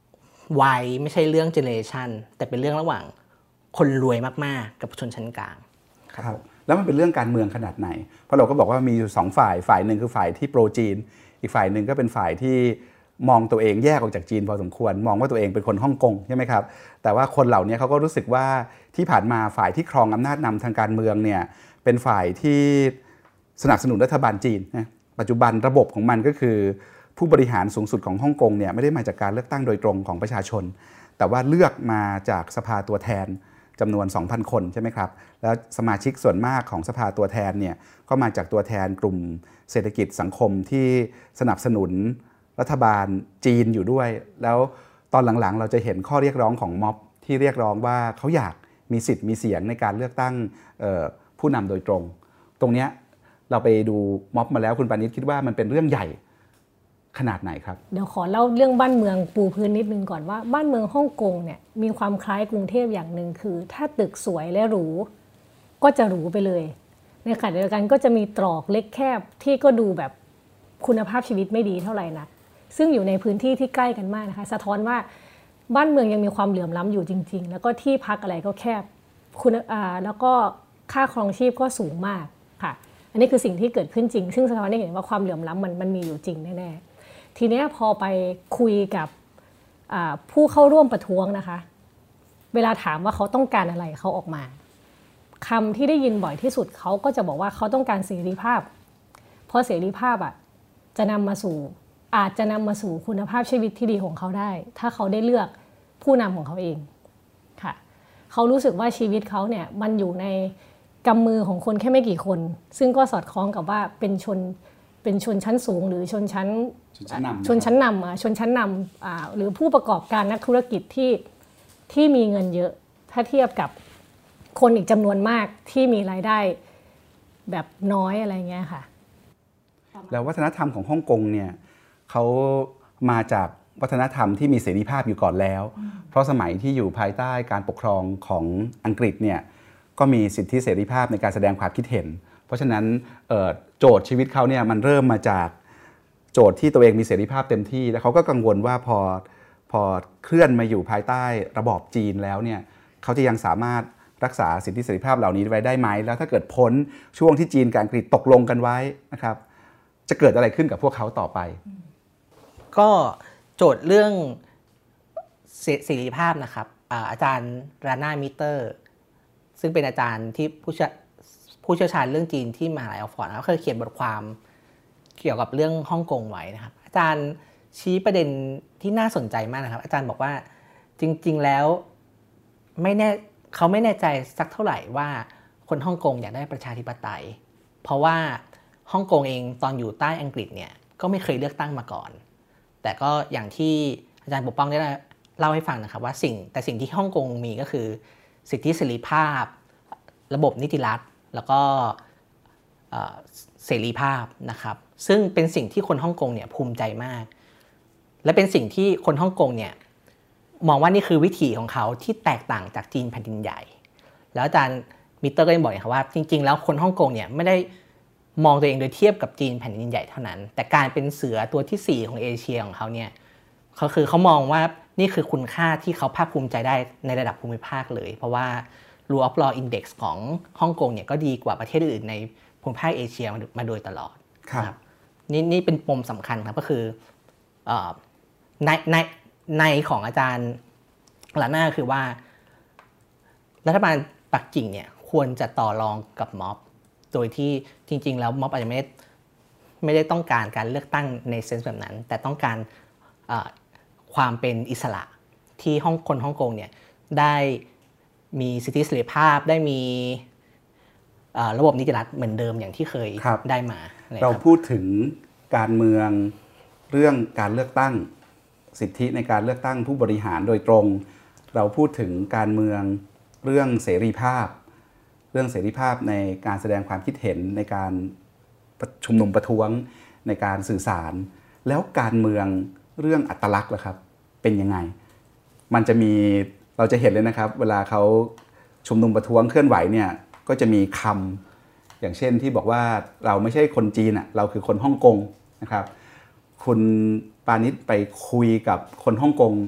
วัยไม่ใช่เรื่องเจเนอเรชันแต่เป็นเรื่องระหว่างคนรวยมากๆกับชนชั้นกลางครับแล้วมันเป็นเรื่องการเมืองขนาดไหนเพราะเราก็บอกว่ามีอยู่สองฝ่ายฝ่ายหนึ่งคือฝ่ายที่โปรจีนอีกฝ่ายหนึ่งก็เป็นฝ่ายที่มองตัวเองแยกออกจากจีนพอสมควรมองว่าตัวเองเป็นคนฮ่องกงใช่ไหมครับแต่ว่าคนเหล่านี้เขาก็รู้สึกว่าที่ผ่านมาฝ่ายที่ครองอำนาจนำทางการเมืองเนี่ยเป็นฝ่ายที่สนับสนุนรัฐบาลจีนนะปัจจุบันระบบของมันก็คือผู้บริหารสูงสุดของฮ่องกงเนี่ยไม่ได้มาจากการเลือกตั้งโดยตรงของประชาชนแต่ว่าเลือกมาจากสภาตัวแทนจำนวน สองพัน คนใช่ไหมครับแล้วสมาชิกส่วนมากของสภาตัวแทนเนี่ยก็มาจากตัวแทนกลุ่มเศรษฐกิจสังคมที่สนับสนุนรัฐบาลจีนอยู่ด้วยแล้วตอนหลังๆเราจะเห็นข้อเรียกร้องของม็อบที่เรียกร้องว่าเขาอยากมีสิทธิ์มีเสียงในการเลือกตั้งผู้นำโดยตรงตรงนี้เราไปดูม็อบมาแล้วคุณปานิชคิดว่ามันเป็นเรื่องใหญ่ขนาดไหนครับเดี๋ยวขอเล่าเรื่องบ้านเมืองปูพื้นนิดนึงก่อนว่าบ้านเมืองฮ่องกงเนี่ยมีความคล้ายกรุงเทพอย่างหนึ่งคือถ้าตึกสวยและหรูก็จะหรูไปเลยในขณะเดียวกันก็จะมีตรอกเล็กแคบที่ก็ดูแบบคุณภาพชีวิตไม่ดีเท่าไหร่นะซึ่งอยู่ในพื้นที่ที่ใกล้กันมากนะคะสะท้อนว่าบ้านเมืองยังมีความเหลื่อมล้ำอยู่จริงๆแล้วก็ที่พักอะไรก็แคบคุณอ่าแล้วก็ค่าครองชีพก็สูงมากค่ะอันนี้คือสิ่งที่เกิดขึ้นจริงซึ่งสะท้อนให้เห็นว่าความเหลื่อมล้ำมันมันมีอยู่จริงแน่ๆทีนี้พอไปคุยกับผู้เข้าร่วมประท้วงนะคะเวลาถามว่าเขาต้องการอะไรเขาออกมาคำที่ได้ยินบ่อยที่สุดเขาก็จะบอกว่าเขาต้องการเสรีภาพเพราะเสรีภาพอ่ะจะนำมาสู่อาจจะนำมาสู่คุณภาพชีวิตที่ดีของเขาได้ถ้าเขาได้เลือกผู้นำของเขาเองค่ะเขารู้สึกว่าชีวิตเขาเนี่ยมันอยู่ในกำมือของคนแค่ไม่กี่คนซึ่งก็สอดคล้องกับว่าเป็นชนเป็นชนชั้นสูงหรือชนชั้นชนชั้นนำชนชั้นนำหรือผู้ประกอบการนักธุรกิจที่ที่มีเงินเยอะถ้าเทียบกับคนอีกจำนวนมากที่มีรายได้แบบน้อยอะไรเงี้ยค่ะแล้ววัฒนธรรมของฮ่องกงเนี่ยเขามาจากวัฒนธรรมที่มีเสรีภาพอยู่ก่อนแล้วเพราะสมัยที่อยู่ภายใต้การปกครองของอังกฤษเนี่ยก็มีสิทธิเสรีภาพในการแสดงความคิดเห็นเพราะฉะนั้นโจทย์ชีวิตเขาเนี่ยมันเริ่มมาจากโจทย์ที่ตัวเองมีเสรีภาพเต็มที่แล้วเขาก็กังวลว่าพอพอเคลื่อนมาอยู่ภายใต้ระบอบจีนแล้วเนี่ยเขาจะยังสามารถรักษาสิทธิเสรีภาพเหล่านี้ไว้ได้ไหมแล้วถ้าเกิดพ้นช่วงที่จีนกับอังกฤษตกลงกันไว้นะครับจะเกิดอะไรขึ้นกับพวกเขาต่อไปก็โจทย์เรื่องเสรีภาพนะครับอาจารย์ราน่ามิเตอร์ซึ่งเป็นอาจารย์ที่ผู้ผู้เชี่ยวชาญเรื่องจีนที่มหาลัยออกฟอร์ดเขาเคยเขียนบทความเกี่ยวกับเรื่องฮ่องกงไว้นะครับอาจารย์ชี้ประเด็นที่น่าสนใจมากนะครับอาจารย์บอกว่าจริงๆแล้วไม่แน่เขาไม่แน่ใจสักเท่าไหร่ว่าคนฮ่องกงอยากได้ประชาธิปไตยเพราะว่าฮ่องกงเองตอนอยู่ใต้อังกฤษเนี่ยก็ไม่เคยเลือกตั้งมาก่อนแต่ก็อย่างที่อาจารย์ปกป้องได้เล่าให้ฟังนะครับว่าสิ่งแต่สิ่งที่ฮ่องกงมีก็คือสิทธิเสรีภาพระบบนิติรัฐแล้วก็เสรีภาพนะครับซึ่งเป็นสิ่งที่คนฮ่องกงเนี่ยภูมิใจมากและเป็นสิ่งที่คนฮ่องกงเนี่ยมองว่านี่คือวิถีของเขาที่แตกต่างจากจีนแผ่นดินใหญ่แล้วอาจารย์มิเตอร์ก็ยังบอกนะครับว่าจริงๆแล้วคนฮ่องกงเนี่ยไม่ได้มองตัวเองโดยเทียบกับจีนแผ่นดินใหญ่เท่านั้นแต่การเป็นเสือตัวที่สี่ของเอเชียของเขาเนี่ยเขาคือเขามองว่านี่คือคุณค่าที่เขาภาคภูมิใจได้ในระดับภูมิภาคเลยเพราะว่า Rule of Law Index ของฮ่องกงเนี่ยก็ดีกว่าประเทศอื่นในภูมิภาคเอเชียมาโดยตลอดครับนี่นี่เป็นปมสำคัญครับก็คือในในในของอาจารย์ลาน่าคือว่ารัฐบาลปักกิ่งเนี่ยควรจะต่อรองกับม็อบโดยที่จริงๆแล้วม็อบอาจจะไม่ได้ไม่ได้ต้องการการเลือกตั้งในเซนส์แบบนั้นแต่ต้องการความเป็นอิสระที่ฮ่องคนฮ่องกงเนี่ยได้มีสิทธิเสรีภาพได้มีระบบนิติรัฐเหมือนเดิมอย่างที่เคยได้มาเราพูดถึงการเมืองเรื่องการเลือกตั้งสิทธิในการเลือกตั้งผู้บริหารโดยตรงเราพูดถึงการเมืองเรื่องเสรีภาพเรื่องเสรีภาพในการแสดงความคิดเห็นในการชุมนุมประท้วงในการสื่อสารแล้วการเมืองเรื่องอัตลักษณ์ล่ะครับเป็นยังไงมันจะมีเราจะเห็นเลยนะครับเวลาเขาชุมนุมประท้วงเคลื่อนไหวเนี่ยก็จะมีคำอย่างเช่นที่บอกว่าเราไม่ใช่คนจีนอ่ะเราคือคนฮ่องกงนะครับคุณปานิชไปคุยกับคนฮ่องกง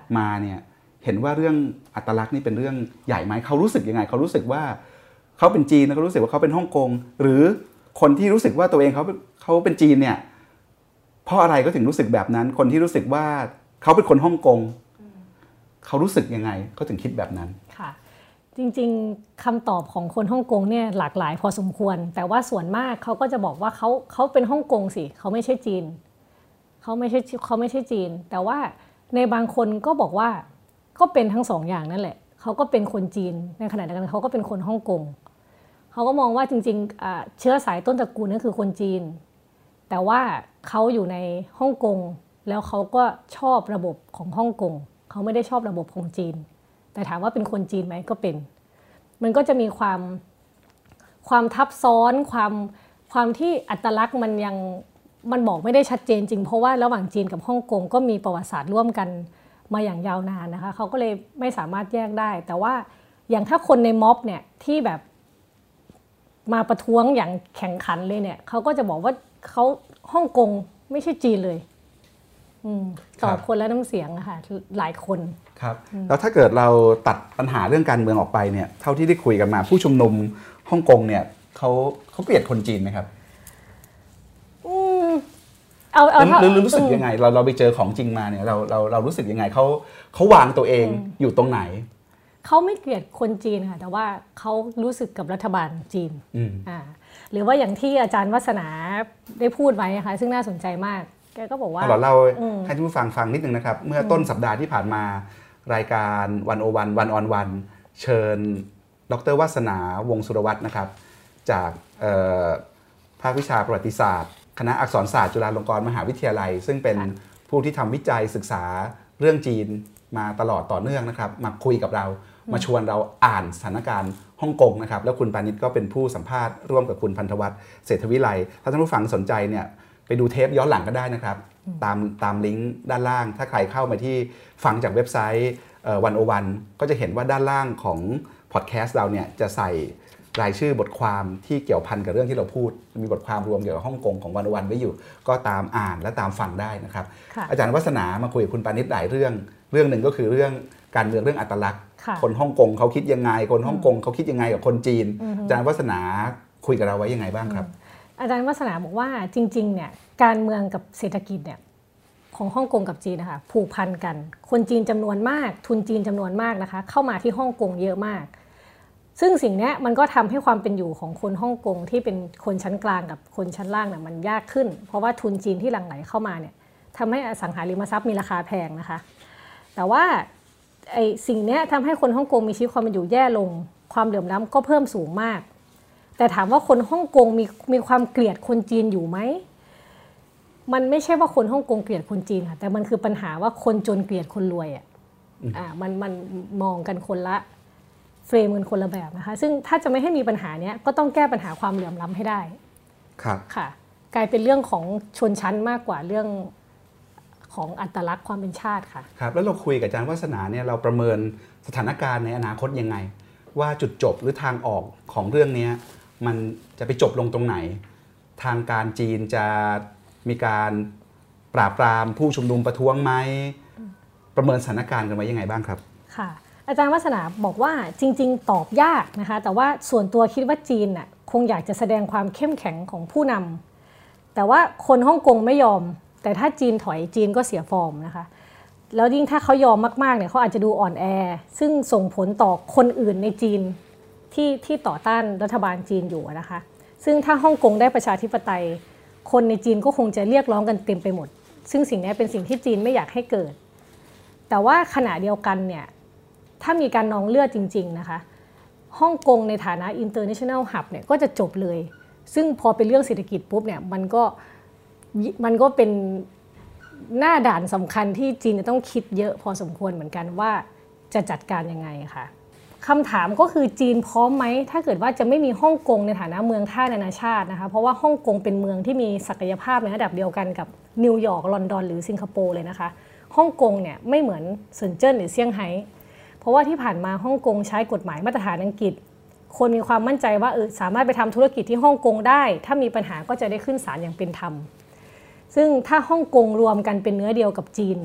มาเนี่ยเห็นว่าเรื่องอัตลักษณ์นี่เป็นเรื่องใหญ่ไหมเขารู้สึกยังไงเขารู้สึกว่าเขาเป็นจีนแล้วก็รู้สึกว่าเขาเป็นฮ่องกงหรือคนที่รู้สึกว่าตัวเองเขาเขาเป็นจีนเนี่ยเพราะอะไรก็ถึงรู้สึกแบบนั้นคนที่รู้สึกว่าเขาเป็นคนฮ่องกงเขารู้สึกยังไงเขาถึงคิดแบบนั้นค่ะจริงๆคำตอบของคนฮ่องกงเนี่ยหลากหลายพอสมควรแต่ว่าส่วนมากเขาก็จะบอกว่าเขาเขาเป็นฮ่องกงสิเขาไม่ใช่จีนเขาไม่ใช่เขาไม่ใช่จีนแต่ว่าในบางคนก็บอกว่าก็เป็นทั้งสองอย่างนั่นแหละเขาก็เป็นคนจีนในขณะเดียวกันเขาก็เป็นคนฮ่องกงเขาก็มองว่าจริงๆเชื้อสายต้นตระกูลนั่นคือคนจีนแต่ว่าเขาอยู่ในฮ่องกงแล้วเขาก็ชอบระบบของฮ่องกงเขาไม่ได้ชอบระบบของจีนแต่ถามว่าเป็นคนจีนไหมก็เป็นมันก็จะมีความความทับซ้อนความความที่อัตลักษณ์มันยังมันบอกไม่ได้ชัดเจนจริงเพราะว่าระหว่างจีนกับฮ่องกงก็มีประวัติศาสตร์ร่วมกันมาอย่างยาวนานนะคะเขาก็เลยไม่สามารถแยกได้แต่ว่าอย่างถ้าคนในม็อบเนี่ยที่แบบมาประท้วงอย่างแข่งขันเลยเนี่ยเขาก็จะบอกว่าเขาฮ่องกงไม่ใช่จีนเลยตอบคนและน้ำเสียงนะคะหลายคนครับแล้วถ้าเกิดเราตัดปัญหาเรื่องการเมืองออกไปเนี่ยเท่าที่ได้คุยกันมาผู้ชุมนุมฮ่องกงเนี่ยเขาเขาเกลียดคนจีนไหมครับอืมเอาเอาหรือรู้สึกยังไงเราเราไปเจอของจริงมาเนี่ยเราเราเรารู้สึกยังไงเขาเขาวางตัวเองอยู่ตรงไหนเขาไม่เกลียดคนจีนค่ะแต่ว่าเขารู้สึกกับรัฐบาลจีนอ่าหรือว่าอย่างที่อาจารย์วัฒนาได้พูดไว้นะคะซึ่งน่าสนใจมากแกก็บอกว่าเราเล่าให้ท่านผู้ฟังฟังนิดนึงนะครับเมื่อต้นสัปดาห์ที่ผ่านมารายการวันโอวันวันออนวันเชิญดร.วัฒนาวงศ์สุรวัตรนะครับจากภาควิชาประวัติศาสตร์คณะอักษรศาสตร์จุฬาลงกรณ์มหาวิทยาลัยซึ่งเป็นผู้ที่ทำวิจัยศึกษาเรื่องจีนมาตลอดต่อเนื่องนะครับมาคุยกับเรามาชวนเราอ่านสถานการณ์ฮ่องกงนะครับแล้วคุณปานิชก็เป็นผู้สัมภาษณ์ร่วมกับคุณพันธวัฒน์เศรษฐวิไลถ้าท่านผู้ฟังสนใจเนี่ยไปดูเทปย้อนหลังก็ได้นะครับตามตามลิงก์ด้านล่างถ้าใครเข้ามาที่ฟังจากเว็บไซต์วันโอวันก็จะเห็นว่าด้านล่างของพอดแคสต์เราเนี่ยจะใส่รายชื่อบทความที่เกี่ยวพันกับเรื่องที่เราพูดมีบทความรวมเกี่ยวกับฮ่องกงของวันโอวันไว้อยู่ก็ตามอ่านและตามฟังได้นะครับอาจารย์วัฒนามาคุยกับคุณปานิชหลายเรื่องเรื่องหนึ่งก็คือเรื่องการเมืองเรื่องอัตลักษณ์คนฮ่องกงเขาคิดยังไงคนฮ่องกงเขาคิดยังไงกับคนจีนอาจารย์วัฒนาคุยกับเราไว้ยังไงบ้างครับอาจารย์วัฒนาบอกว่าจริงๆเนี่ยการเมืองกับเศรษฐกิจเนี่ยของฮ่องกงกับจีนนะคะผูกพันกันคนจีนจำนวนมากทุนจีนจำนวนมากนะคะเข้ามาที่ฮ่องกงเยอะมากซึ่งสิ่งนี้มันก็ทำให้ความเป็นอยู่ของคนฮ่องกงที่เป็นคนชั้นกลางกับคนชั้นล่างเนี่ยมันยากขึ้นเพราะว่าทุนจีนที่หลั่งไหลเข้ามาเนี่ยทำให้อสังหาริมทรัพย์มีราคาแพงนะคะแต่ว่าไอ้สิ่งนี้ทำให้คนฮ่องกงมีชีวิตความเป็นอยู่แย่ลงความเหลื่อมล้ำก็เพิ่มสูงมากแต่ถามว่าคนฮ่องกงมีมีความเกลียดคนจีนอยู่ไหมมันไม่ใช่ว่าคนฮ่องกงเกลียดคนจีนค่ะแต่มันคือปัญหาว่าคนจนเกลียดคนรวยอ่ะอ่ามันมันมองกันคนละเฟรมกันคนละแบบนะคะซึ่งถ้าจะไม่ให้มีปัญหาเนี้ยก็ต้องแก้ปัญหาความเหลื่อมล้ำให้ได้ครับค่ะกลายเป็นเรื่องของชนชั้นมากกว่าเรื่องของอัตลักษณ์ความเป็นชาติค่ะครับแล้วเราคุยกับอาจารย์วัฒนาเนี่ยเราประเมินสถานการณ์ในอนาคตยังไงว่าจุดจบหรือทางออกของเรื่องนี้มันจะไปจบลงตรงไหนทางการจีนจะมีการปราบปรามผู้ชุมนุมประท้วงไหมประเมินสถานการณ์กันไว้ยังไงบ้างครับค่ะอาจารย์วัฒนาบอกว่าจริงๆตอบยากนะคะแต่ว่าส่วนตัวคิดว่าจีนน่ะคงอยากจะแสดงความเข้มแข็งของผู้นำแต่ว่าคนฮ่องกงไม่ยอมแต่ถ้าจีนถอยจีนก็เสียฟอร์มนะคะแล้วยิ่งถ้าเขายอมมากๆเนี่ยเขาอาจจะดูอ่อนแอซึ่งส่งผลต่อคนอื่นในจีนที่ที่ต่อต้านรัฐบาลจีนอยู่นะคะซึ่งถ้าฮ่องกงได้ประชาธิปไตยคนในจีนก็คงจะเรียกร้องกันเต็มไปหมดซึ่งสิ่งนี้เป็นสิ่งที่จีนไม่อยากให้เกิดแต่ว่าขณะเดียวกันเนี่ยถ้ามีการนองเลือดจริงๆนะคะฮ่องกงในฐานะ international hub เนี่ยก็จะจบเลยซึ่งพอเป็นเรื่องเศรษฐกิจปุ๊บเนี่ยมันก็มันก็เป็นหน้าด่านสำคัญที่จีนจะต้องคิดเยอะพอสมควรเหมือนกันว่าจะจัดการยังไงค่ะคำถามก็คือจีนพร้อมไหมถ้าเกิดว่าจะไม่มีฮ่องกงในฐานะเมืองท่านานาชาตินะคะเพราะว่าฮ่องกงเป็นเมืองที่มีศักยภาพในระดับเดียวกันกับนิวยอร์กลอนดอนหรือสิงคโปร์เลยนะคะฮ่องกงเนี่ยไม่เหมือนเซินเจิ้นหรือเซี่ยงไฮ้เพราะว่าที่ผ่านมาฮ่องกงใช้กฎหมายมาตรฐานอังกฤษคนมีความมั่นใจว่าเออสามารถไปทำธุรกิจที่ฮ่องกงได้ถ้ามีปัญหาก็จะได้ขึ้นศาลอย่างเป็นธรรมซึ่งถ้าฮ่องกงรวมกันเป็นเนื้อเดียวกับจีนเนี่ย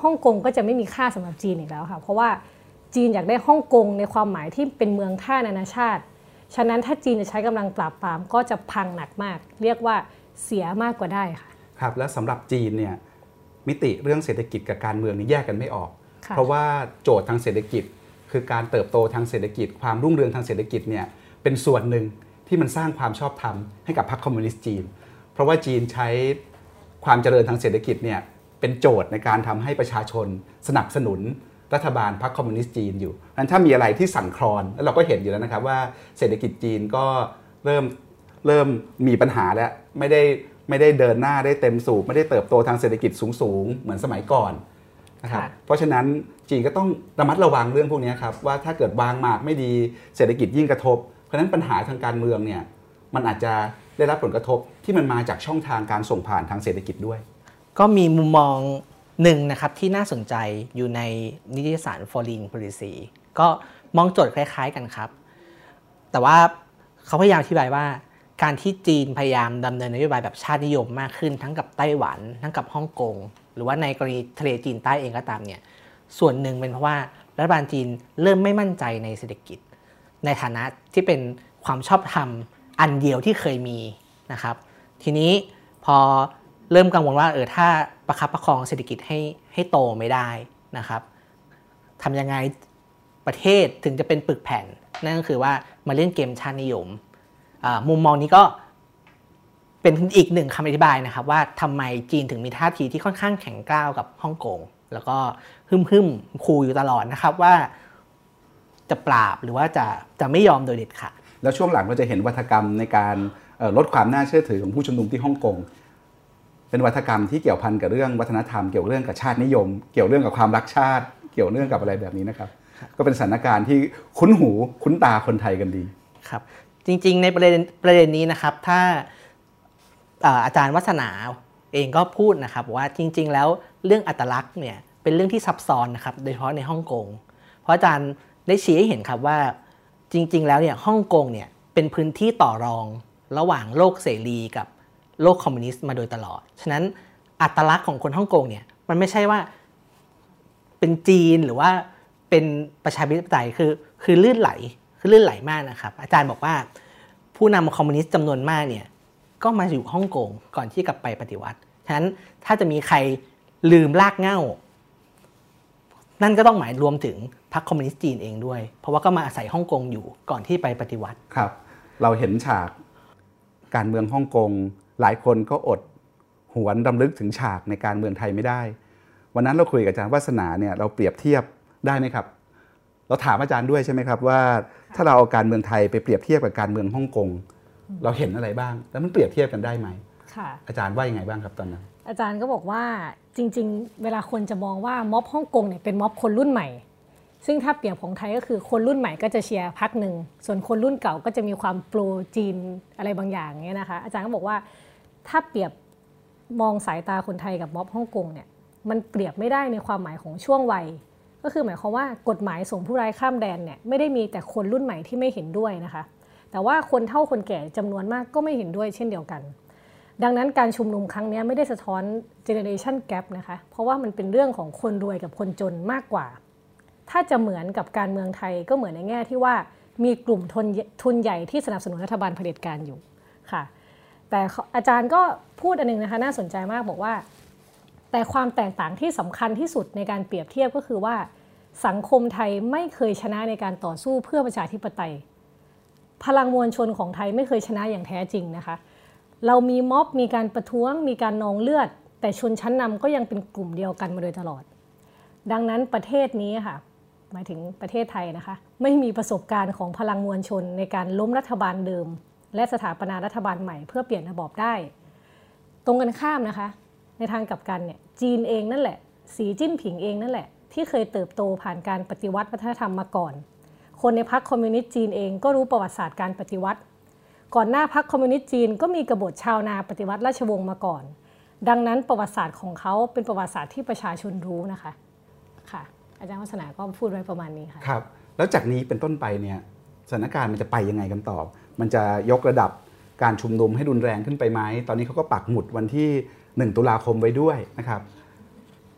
ฮ่องกงก็จะไม่มีค่าสำหรับจีนอีกแล้วค่ะเพราะว่าจีนอยากได้ฮ่องกงในความหมายที่เป็นเมืองท่านานาชาติฉะนั้นถ้าจีนจะใช้กำลังปราบปรามก็จะพังหนักมากเรียกว่าเสียมากกว่าได้ค่ะครับและสำหรับจีนเนี่ยมิติเรื่องเศรษฐกิจกับการเมืองนี่แยกกันไม่ออกเพราะว่าโจทย์ทางเศรษฐกิจคือการเติบโตทางเศรษฐกิจความรุ่งเรืองทางเศรษฐกิจเนี่ยเป็นส่วนหนึ่งที่มันสร้างความชอบธรรมให้กับพรรคคอมมิวนิสต์จีนเพราะว่าจีนใช้ความเจริญทางเศรษฐกิจเนี่ยเป็นโจทย์ในการทำให้ประชาชนสนับสนุนรัฐบาลพรรคคอมมิวนิสต์จีนอยู่งั้นถ้ามีอะไรที่สั่นคลอนแล้วเราก็เห็นอยู่แล้วนะครับว่าเศรษฐกิจจีนก็เริ่มเริ่มมีปัญหาแล้วไม่ได้ไม่ได้เดินหน้าได้เต็มสูบไม่ได้เติบโตทางเศรษฐกิจสูงๆเหมือนสมัยก่อนนะครับเพราะฉะนั้นจีนก็ต้องระมัดระวังเรื่องพวกนี้ครับว่าถ้าเกิดวางหมากไม่ดีเศรษฐกิจยิ่งกระทบเพราะฉะนั้นปัญหาทางการเมืองเนี่ยมันอาจจะได้รับผลกระทบที่มันมาจากช่องทางการส่งผ่านทางเศรษฐกิจด้วยก็มีมุมมองหนึ่งนะครับที่น่าสนใจอยู่ในนิตยสาร Foreign Policy ก็มองโจทย์คล้ายๆกันครับแต่ว่าเขาพยายามอธิบายว่าการที่จีนพยายามดำเนินนโยบายแบบชาตินิยมมากขึ้นทั้งกับไต้หวันทั้งกับฮ่องกงหรือว่าในกรณีทะเลจีนใต้เองก็ตามเนี่ยส่วนหนึ่งเป็นเพราะว่ารัฐบาลจีนเริ่มไม่มั่นใจในเศรษฐกิจในฐานะที่เป็นความชอบธรรมอันเดียวที่เคยมีนะครับทีนี้พอเริ่มกังวลว่าเออถ้าประคับประคองเศรษฐกิจให้ให้โตไม่ได้นะครับทำยังไงประเทศถึงจะเป็นปึกแผ่นนั่นก็คือว่ามาเล่นเกมชาตินิยมมุมมองนี้ก็เป็นอีกหนึ่งคำอธิบายนะครับว่าทำไมจีนถึงมีท่าทีที่ค่อนข้างแข็งกร้าวกับฮ่องกงแล้วก็หึ่มหึ่มคูอยู่ตลอดนะครับว่าจะปราบหรือว่าจะจะไม่ยอมโดยเด็ดขาดแล้วช่วงหลังเราจะเห็นวัฒกรรมในการลดความน่าเชื่อถือของผู้ชุมนุมที่ฮ่องกงเป็นวัฒกรรมที่เกี่ยวพันกับเรื่องวัฒนธรรมเกี่ยวเรื่องกับชาตินิยมเกี่ยวเรื่องกับความรักชาติเกี่ยวเรื่องกับอะไรแบบนี้นะครับก็เป็นสถานการณ์ที่คุ้นหูคุ้นตาคนไทยกันดีครับจริงๆในประเด็นประเด็นนี้นะครับถ้าอาจารย์วัฒนาเองก็พูดนะครับว่าจริงๆแล้วเรื่องอัตลักษณ์เนี่ยเป็นเรื่องที่ซับซ้อนนะครับโดยเฉพาะในฮ่องกงเพราะอาจารย์ได้ชี้ให้เห็นครับว่าจริงๆแล้วเนี่ยฮ่องกงเนี่ยเป็นพื้นที่ต่อรองระหว่างโลกเสรีกับโลกคอมมิวนิสต์มาโดยตลอดฉะนั้นอัตลักษณ์ของคนฮ่องกงเนี่ยมันไม่ใช่ว่าเป็นจีนหรือว่าเป็นประชาธิปไตยคือคือลื่นไหลคือลื่นไหลมากนะครับอาจารย์บอกว่าผู้นำคอมมิวนิสต์จำนวนมากเนี่ยก็มาอยู่ฮ่องกงก่อนที่กลับไปปฏิวัติฉะนั้นถ้าจะมีใครลืมรากเหง้านั่นก็ต้องหมายรวมถึงพรรคคอมมิวนิสต์จีนเองด้วยเพราะว่าก็มาอาศัยฮ่องกงอยู่ก่อนที่ไปปฏิวัติครับเราเห็นฉากการเมืองฮ่องกงหลายคนก็อดหวนรำลึกถึงฉากในการเมืองไทยไม่ได้วันนั้นเราคุยกับอาจารย์วาสนาเนี่ยเราเปรียบเทียบได้ไหมครับเราถามอาจารย์ด้วยใช่ไหมครับว่าถ้าเราเอาการเมืองไทยไปเปรียบเทียบกับการเมืองฮ่องกงเราเห็นอะไรบ้างแล้วมันเปรียบเทียบกันได้ไหมค่ะอาจารย์ว่ายังไงบ้างครับตอนนั้นอาจารย์ก็บอกว่าจริงๆเวลาคนจะมองว่าม็อบฮ่องกงเนี่ยเป็นม็อบคนรุ่นใหม่ซึ่งถ้าเปรียบของไทยก็คือคนรุ่นใหม่ก็จะเชียร์พรรคหนึ่งส่วนคนรุ่นเก่าก็จะมีความโปรจีนอะไรบางอย่างเงี้ยนะคะอาจารย์ก็บอกว่าถ้าเปรียบมองสายตาคนไทยกับม็อบฮ่องกงเนี่ยมันเปรียบไม่ได้ในความหมายของช่วงวัยก็คือหมายความว่ากฎหมายส่งผู้ร้ายข้ามแดนเนี่ยไม่ได้มีแต่คนรุ่นใหม่ที่ไม่เห็นด้วยนะคะแต่ว่าคนเฒ่าคนแก่จำนวนมากก็ไม่เห็นด้วยเช่นเดียวกันดังนั้นการชุมนุมครั้งนี้ไม่ได้สะท้อน generation gap นะคะเพราะว่ามันเป็นเรื่องของคนรวยกับคนจนมากกว่าถ้าจะเหมือนกับการเมืองไทยก็เหมือนในแง่ที่ว่ามีกลุ่มทุนทุนใหญ่ที่สนับสนุนรัฐบาลเผด็จการอยู่ค่ะแต่อาจารย์ก็พูดอันนึงนะคะน่าสนใจมากบอกว่าแต่ความแตกต่างที่สำคัญที่สุดในการเปรียบเทียบก็คือว่าสังคมไทยไม่เคยชนะในการต่อสู้เพื่อประชาธิปไตยพลังมวลชนของไทยไม่เคยชนะอย่างแท้จริงนะคะเรามีม็อบมีการประท้วงมีการนองเลือดแต่ชนชั้นนำก็ยังเป็นกลุ่มเดียวกันมาโดยตลอดดังนั้นประเทศนี้ค่ะหมายถึงประเทศไทยนะคะไม่มีประสบการณ์ของพลังมวลชนในการล้มรัฐบาลเดิมและสถาปนารัฐบาลใหม่เพื่อเปลี่ยนระบอบได้ตรงกันข้ามนะคะในทางกลับกันเนี่ยจีนเองนั่นแหละสีจิ้นผิงเองนั่นแหละที่เคยเติบโตผ่านการปฏิวัติวัฒนธรรมมาก่อนคนในพรรคคอมมิวนิสต์จีนเองก็รู้ประวัติศาสตร์การปฏิวัติก่อนหน้าพรรคคอมมิวนิสต์จีนก็มีกบฏชาวนาปฏิวัติราชวงศ์มาก่อนดังนั้นประวัติศาสตร์ของเขาเป็นประวัติศาสตร์ที่ประชาชนรู้นะคะค่ะอาจารย์วัฒนาก็พูดไว้ประมาณนี้ค่ะครับแล้วจากนี้เป็นต้นไปเนี่ยสถานการณ์มันจะไปยังไงกันต่อมันจะยกระดับการชุมนุมให้รุนแรงขึ้นไปไหมตอนนี้เขาก็ปักหมุดวันที่หนึ่งตุลาคมไว้ด้วยนะครับ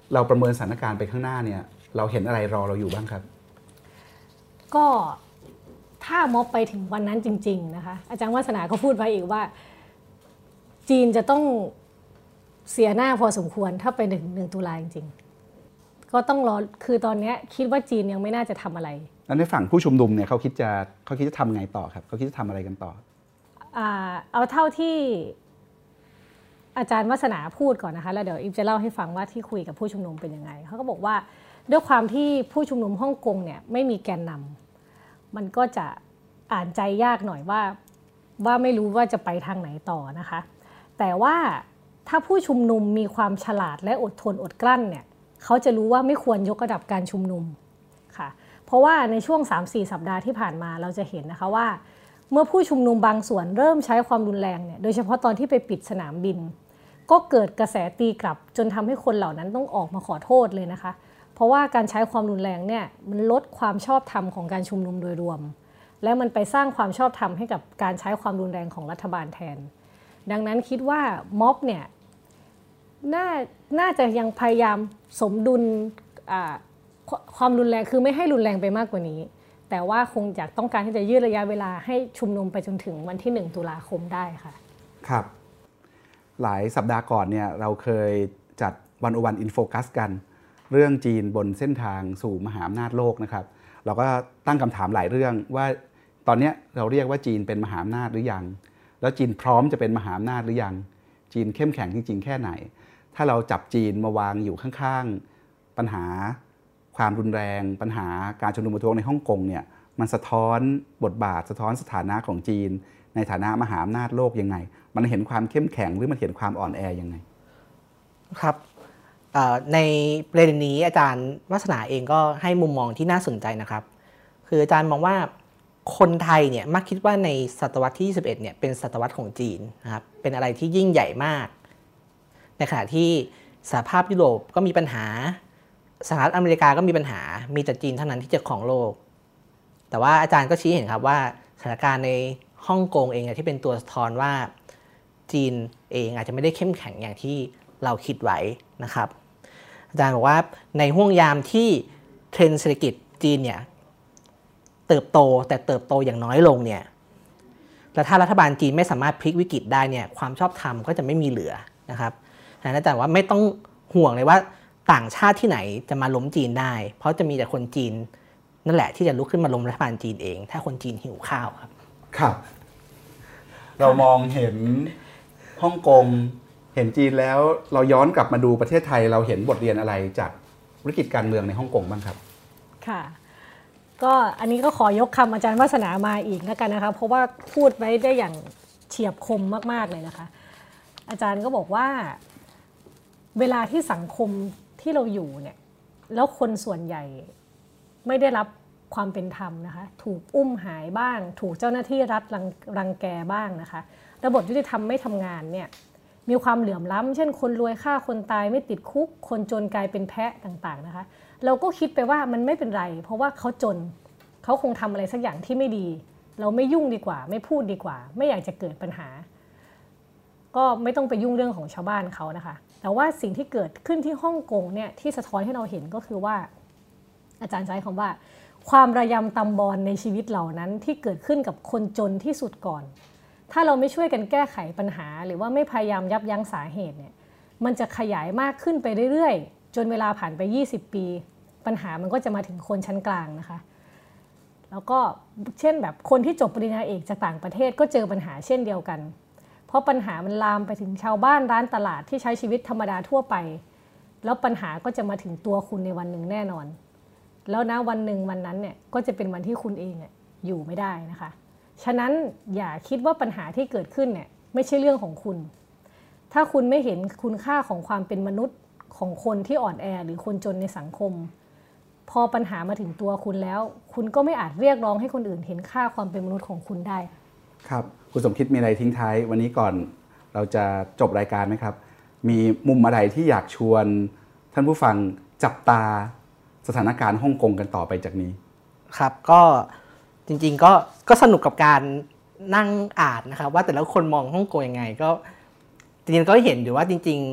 เราประเมินสถานการณ์ไปข้างหน้าเนี่ยเราเห็นอะไรรอเราอยู่บ้างครับก็ถ้าม็อบไปถึงวันนั้นจริงๆนะคะอาจารย์วาสนาก็พูดไว้อีกว่าจีนจะต้องเสียหน้าพอสมควรถ้าไปหนึ่งหนึ่งตุลาจริงๆก็ต้องรอคือตอนนี้คิดว่าจีนยังไม่น่าจะทำอะไรแล้วในฝั่งผู้ชุมนุมเนี่ยเขาคิดจะเขาคิดจะทำไงต่อครับเขาคิดจะทำอะไรกันต่ออ่าเอาเท่าที่อาจารย์วาสนาพูดก่อนนะคะแล้วเดี๋ยวอิฟจะเล่าให้ฟังว่าที่คุยกับผู้ชุมนุมเป็นยังไงเขาก็บอกว่าด้วยความที่ผู้ชุมนุมฮ่องกงเนี่ยไม่มีแกนนำมันก็จะอ่านใจยากหน่อยว่าว่าไม่รู้ว่าจะไปทางไหนต่อนะคะแต่ว่าถ้าผู้ชุมนุมมีความฉลาดและอดทนอดกลั้นเนี่ยเขาจะรู้ว่าไม่ควรยกระดับการชุมนุมค่ะเพราะว่าในช่วง สามถึงสี่ สัปดาห์ที่ผ่านมาเราจะเห็นนะคะว่าเมื่อผู้ชุมนุมบางส่วนเริ่มใช้ความรุนแรงเนี่ยโดยเฉพาะตอนที่ไปปิดสนามบินก็เกิดกระแสตีกลับจนทำให้คนเหล่านั้นต้องออกมาขอโทษเลยนะคะเพราะว่าการใช้ความรุนแรงเนี่ยมันลดความชอบธรรมของการชุมนุมโดยรวมและมันไปสร้างความชอบธรรมให้กับการใช้ความรุนแรงของรัฐบาลแทนดังนั้นคิดว่าม็อบเนี่ยน่าน่าจะยังพยายามสมดุลความรุนแรงคือไม่ให้รุนแรงไปมากกว่านี้แต่ว่าคงอยากต้องการที่จะยืดระยะเวลาให้ชุมนุมไปจนถึงวันที่หนึ่งตุลาคมได้ค่ะครับหลายสัปดาห์ก่อนเนี่ยเราเคยจัดวันโอวันอินโฟกัสกันเรื่องจีนบนเส้นทางสู่มหาอำนาจโลกนะครับเราก็ตั้งคำถามหลายเรื่องว่าตอนนี้เราเรียกว่าจีนเป็นมหาอำนาจหรือยังแล้วจีนพร้อมจะเป็นมหาอำนาจหรือยังจีนเข้มแข็งจริงๆแค่ไหนถ้าเราจับจีนมาวางอยู่ข้างๆปัญหาความรุนแรงปัญหาการชุมนุมประท้วงในฮ่องกงเนี่ยมันสะท้อนบทบาทสะท้อนสถานะของจีนในฐานะมหาอำนาจโลกยังไงมันเห็นความเข้มแข็งหรือมันเห็นความอ่อนแอยังไงครับในประเด็นนี้อาจารย์วัฒนาเองก็ให้มุมมองที่น่าสนใจนะครับคืออาจารย์มองว่าคนไทยเนี่ยมักคิดว่าในศตวรรษที่ยี่สิบเอ็ดเนี่ยเป็นศตวรรษของจีนนะครับเป็นอะไรที่ยิ่งใหญ่มากในขณะที่สหภาพยุโรปก็มีปัญหาสหรัฐอเมริกาก็มีปัญหามีแต่จีนเท่านั้นที่จะครองโลกแต่ว่าอาจารย์ก็ชี้เห็นครับว่าสถานการณ์ในฮ่องกงเองที่เป็นตัวสะท้อนว่าจีนเองอาจจะไม่ได้เข้มแข็งอย่างที่เราคิดไว้นะครับอาจารย์บอกว่าในห่วงยามที่เทรนด์เศรษฐกิจจีนเนี่ยเติบโตแต่เติบโตอย่างน้อยลงเนี่ยแล้วถ้ารัฐบาลจีนไม่สามารถพลิกวิกฤตได้เนี่ยความชอบธรรมก็จะไม่มีเหลือนะครับอาจารย์ว่าไม่ต้องห่วงเลยว่าต่างชาติที่ไหนจะมาล้มจีนได้เพราะจะมีแต่คนจีนนั่นแหละที่จะลุกขึ้นมาล้มรัฐบาลจีนเองถ้าคนจีนหิวข้าวครับครับเรามองเห็นฮ่องกงเห็นจีนแล้วเราย้อนกลับมาดูประเทศไทยเราเห็นบทเรียนอะไรจากวิกฤตการเมืองในฮ่องกงบ้างครับค่ะก็อันนี้ก็ขอยกคำอาจารย์วาสนามาอีกแล้วกันนะคะเพราะว่าพูดไว้ได้อย่างเฉียบคมมากๆเลยนะคะอาจารย์ก็บอกว่าเวลาที่สังคมที่เราอยู่เนี่ยแล้วคนส่วนใหญ่ไม่ได้รับความเป็นธรรมนะคะถูกอุ้มหายบ้างถูกเจ้าหน้าที่รัฐรังรังแกบ้างนะคะระบบยุติธรรมไม่ทำงานเนี่ยมีความเหลื่อมล้ำเช่นคนรวยฆ่าคนตายไม่ติดคุกคนจนกลายเป็นแพะต่างๆนะคะเราก็คิดไปว่ามันไม่เป็นไรเพราะว่าเขาจนเขาคงทำอะไรสักอย่างที่ไม่ดีเราไม่ยุ่งดีกว่าไม่พูดดีกว่าไม่อยากจะเกิดปัญหาก็ไม่ต้องไปยุ่งเรื่องของชาวบ้านเขานะคะแต่ว่าสิ่งที่เกิดขึ้นที่ฮ่องกงเนี่ยที่สะท้อนให้เราเห็นก็คือว่าอาจารย์ใช้คำว่าความระยำตำบอลในชีวิตเหล่านั้นที่เกิดขึ้นกับคนจนที่สุดก่อนถ้าเราไม่ช่วยกันแก้ไขปัญหาหรือว่าไม่พยายามยับยั้งสาเหตุเนี่ยมันจะขยายมากขึ้นไปเรื่อยๆจนเวลาผ่านไปยี่สิบปีปัญหามันก็จะมาถึงคนชั้นกลางนะคะแล้วก็เช่นแบบคนที่จบปริญญาเอกจากต่างประเทศก็เจอปัญหาเช่นเดียวกันเพราะปัญหามันลามไปถึงชาวบ้านร้านตลาดที่ใช้ชีวิตธรรมดาทั่วไปแล้วปัญหาก็จะมาถึงตัวคุณในวันหนึ่งแน่นอนแล้วนะวันหนึ่งวันนั้นเนี่ยก็จะเป็นวันที่คุณเองอยู่ไม่ได้นะคะฉะนั้นอย่าคิดว่าปัญหาที่เกิดขึ้นเนี่ยไม่ใช่เรื่องของคุณถ้าคุณไม่เห็นคุณค่าของความเป็นมนุษย์ของคนที่อ่อนแอหรือคนจนในสังคมพอปัญหามาถึงตัวคุณแล้วคุณก็ไม่อาจเรียกร้องให้คนอื่นเห็นค่าความเป็นมนุษย์ของคุณได้ครับคุณสมคิดมีอะไรทิ้งท้ายวันนี้ก่อนเราจะจบรายการไหมครับมีมุมอะไรที่อยากชวนท่านผู้ฟังจับตาสถานการณ์ฮ่องกงกันต่อไปจากนี้ครับก็จริงๆก็ก็สนุกกับการนั่งอ่านนะครับว่าแต่ละคนมองฮ่องกงยังไงก็จริงๆก็เห็นอยู่ว่าจริง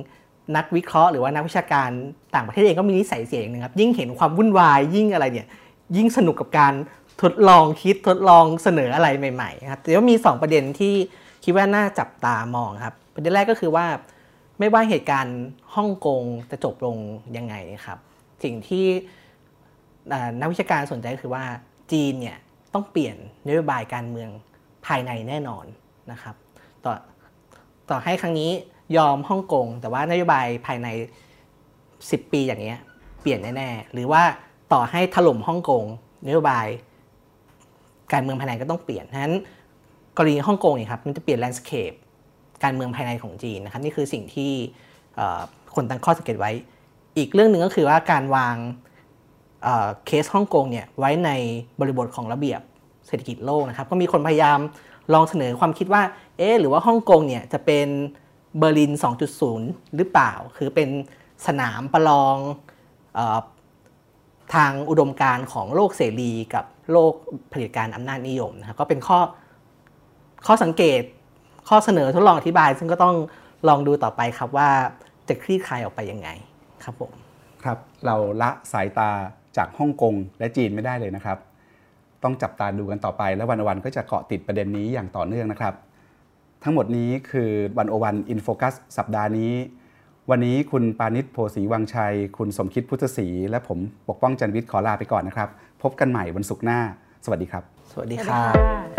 นักวิเคราะห์หรือว่านักวิชาการต่างประเทศเองก็มีนิสัยเสียอย่างนึงครับยิ่งเห็นความวุ่นวายยิ่งอะไรเนี่ยยิ่งสนุกกับการทดลองคิดทดลองเสนออะไรใหม่ๆครับแต่ว่ามีสองประเด็นที่คิดว่าน่าจับตามองครับประเด็นแรกก็คือว่าไม่ว่าเหตุการณ์ฮ่องกงจะจบลงยังไงครับสิ่งที่นักวิชาการสนใจก็คือว่าจีนเนี่ยต้องเปลี่ยนนโยบายการเมืองภายในแน่นอนนะครับต่อต่อให้ครั้งนี้ยอมฮ่องกงแต่ว่านโยบายภายในสิบปีอย่างเงี้ยเปลี่ยนแน่ๆหรือว่าต่อให้ถล่มฮ่องกงนโยบายการเมืองภายในก็ต้องเปลี่ยนฉะนั้นกรณีฮ่องกงเนี่ยครับมันจะเปลี่ยนแลนด์สเคปการเมืองภายในของจีนนะครับนี่คือสิ่งที่คนตั้งข้อสังเกตไว้อีกเรื่องหนึ่งก็คือว่าการวางเคสฮ่องกงเนี่ยไว้ในบริบทของระเบียบเศรษฐกิจโลกนะครับก็มีคนพยายามลองเสนอความคิดว่าเอ๊ะหรือว่าฮ่องกงเนี่ยจะเป็นเบอร์ลิน สองจุดศูนย์ หรือเปล่าคือเป็นสนามประลองเอ่อทางอุดมการณ์ของโลกเสรีกับโลกเผด็จการอำนาจนิยมนะครับก็เป็นข้อข้อสังเกตข้อเสนอทดลองอธิบายซึ่งก็ต้องลองดูต่อไปครับว่าจะคลี่คลายออกไปยังไงครับผมครับเราละสายตาจากฮ่องกงและจีนไม่ได้เลยนะครับต้องจับตาดูกันต่อไปและวันวันก็จะเกาะติดประเด็นนี้อย่างต่อเนื่องนะครับทั้งหมดนี้คือวันโอวันอินโฟกัสสัปดาห์นี้วันนี้คุณปานิช โพสีวังชัยคุณสมคิดพุทธศรีและผมปกป้องจันทร์วิทย์ขอลาไปก่อนนะครับพบกันใหม่วันศุกร์หน้าสวัสดีครับสวัสดีครับ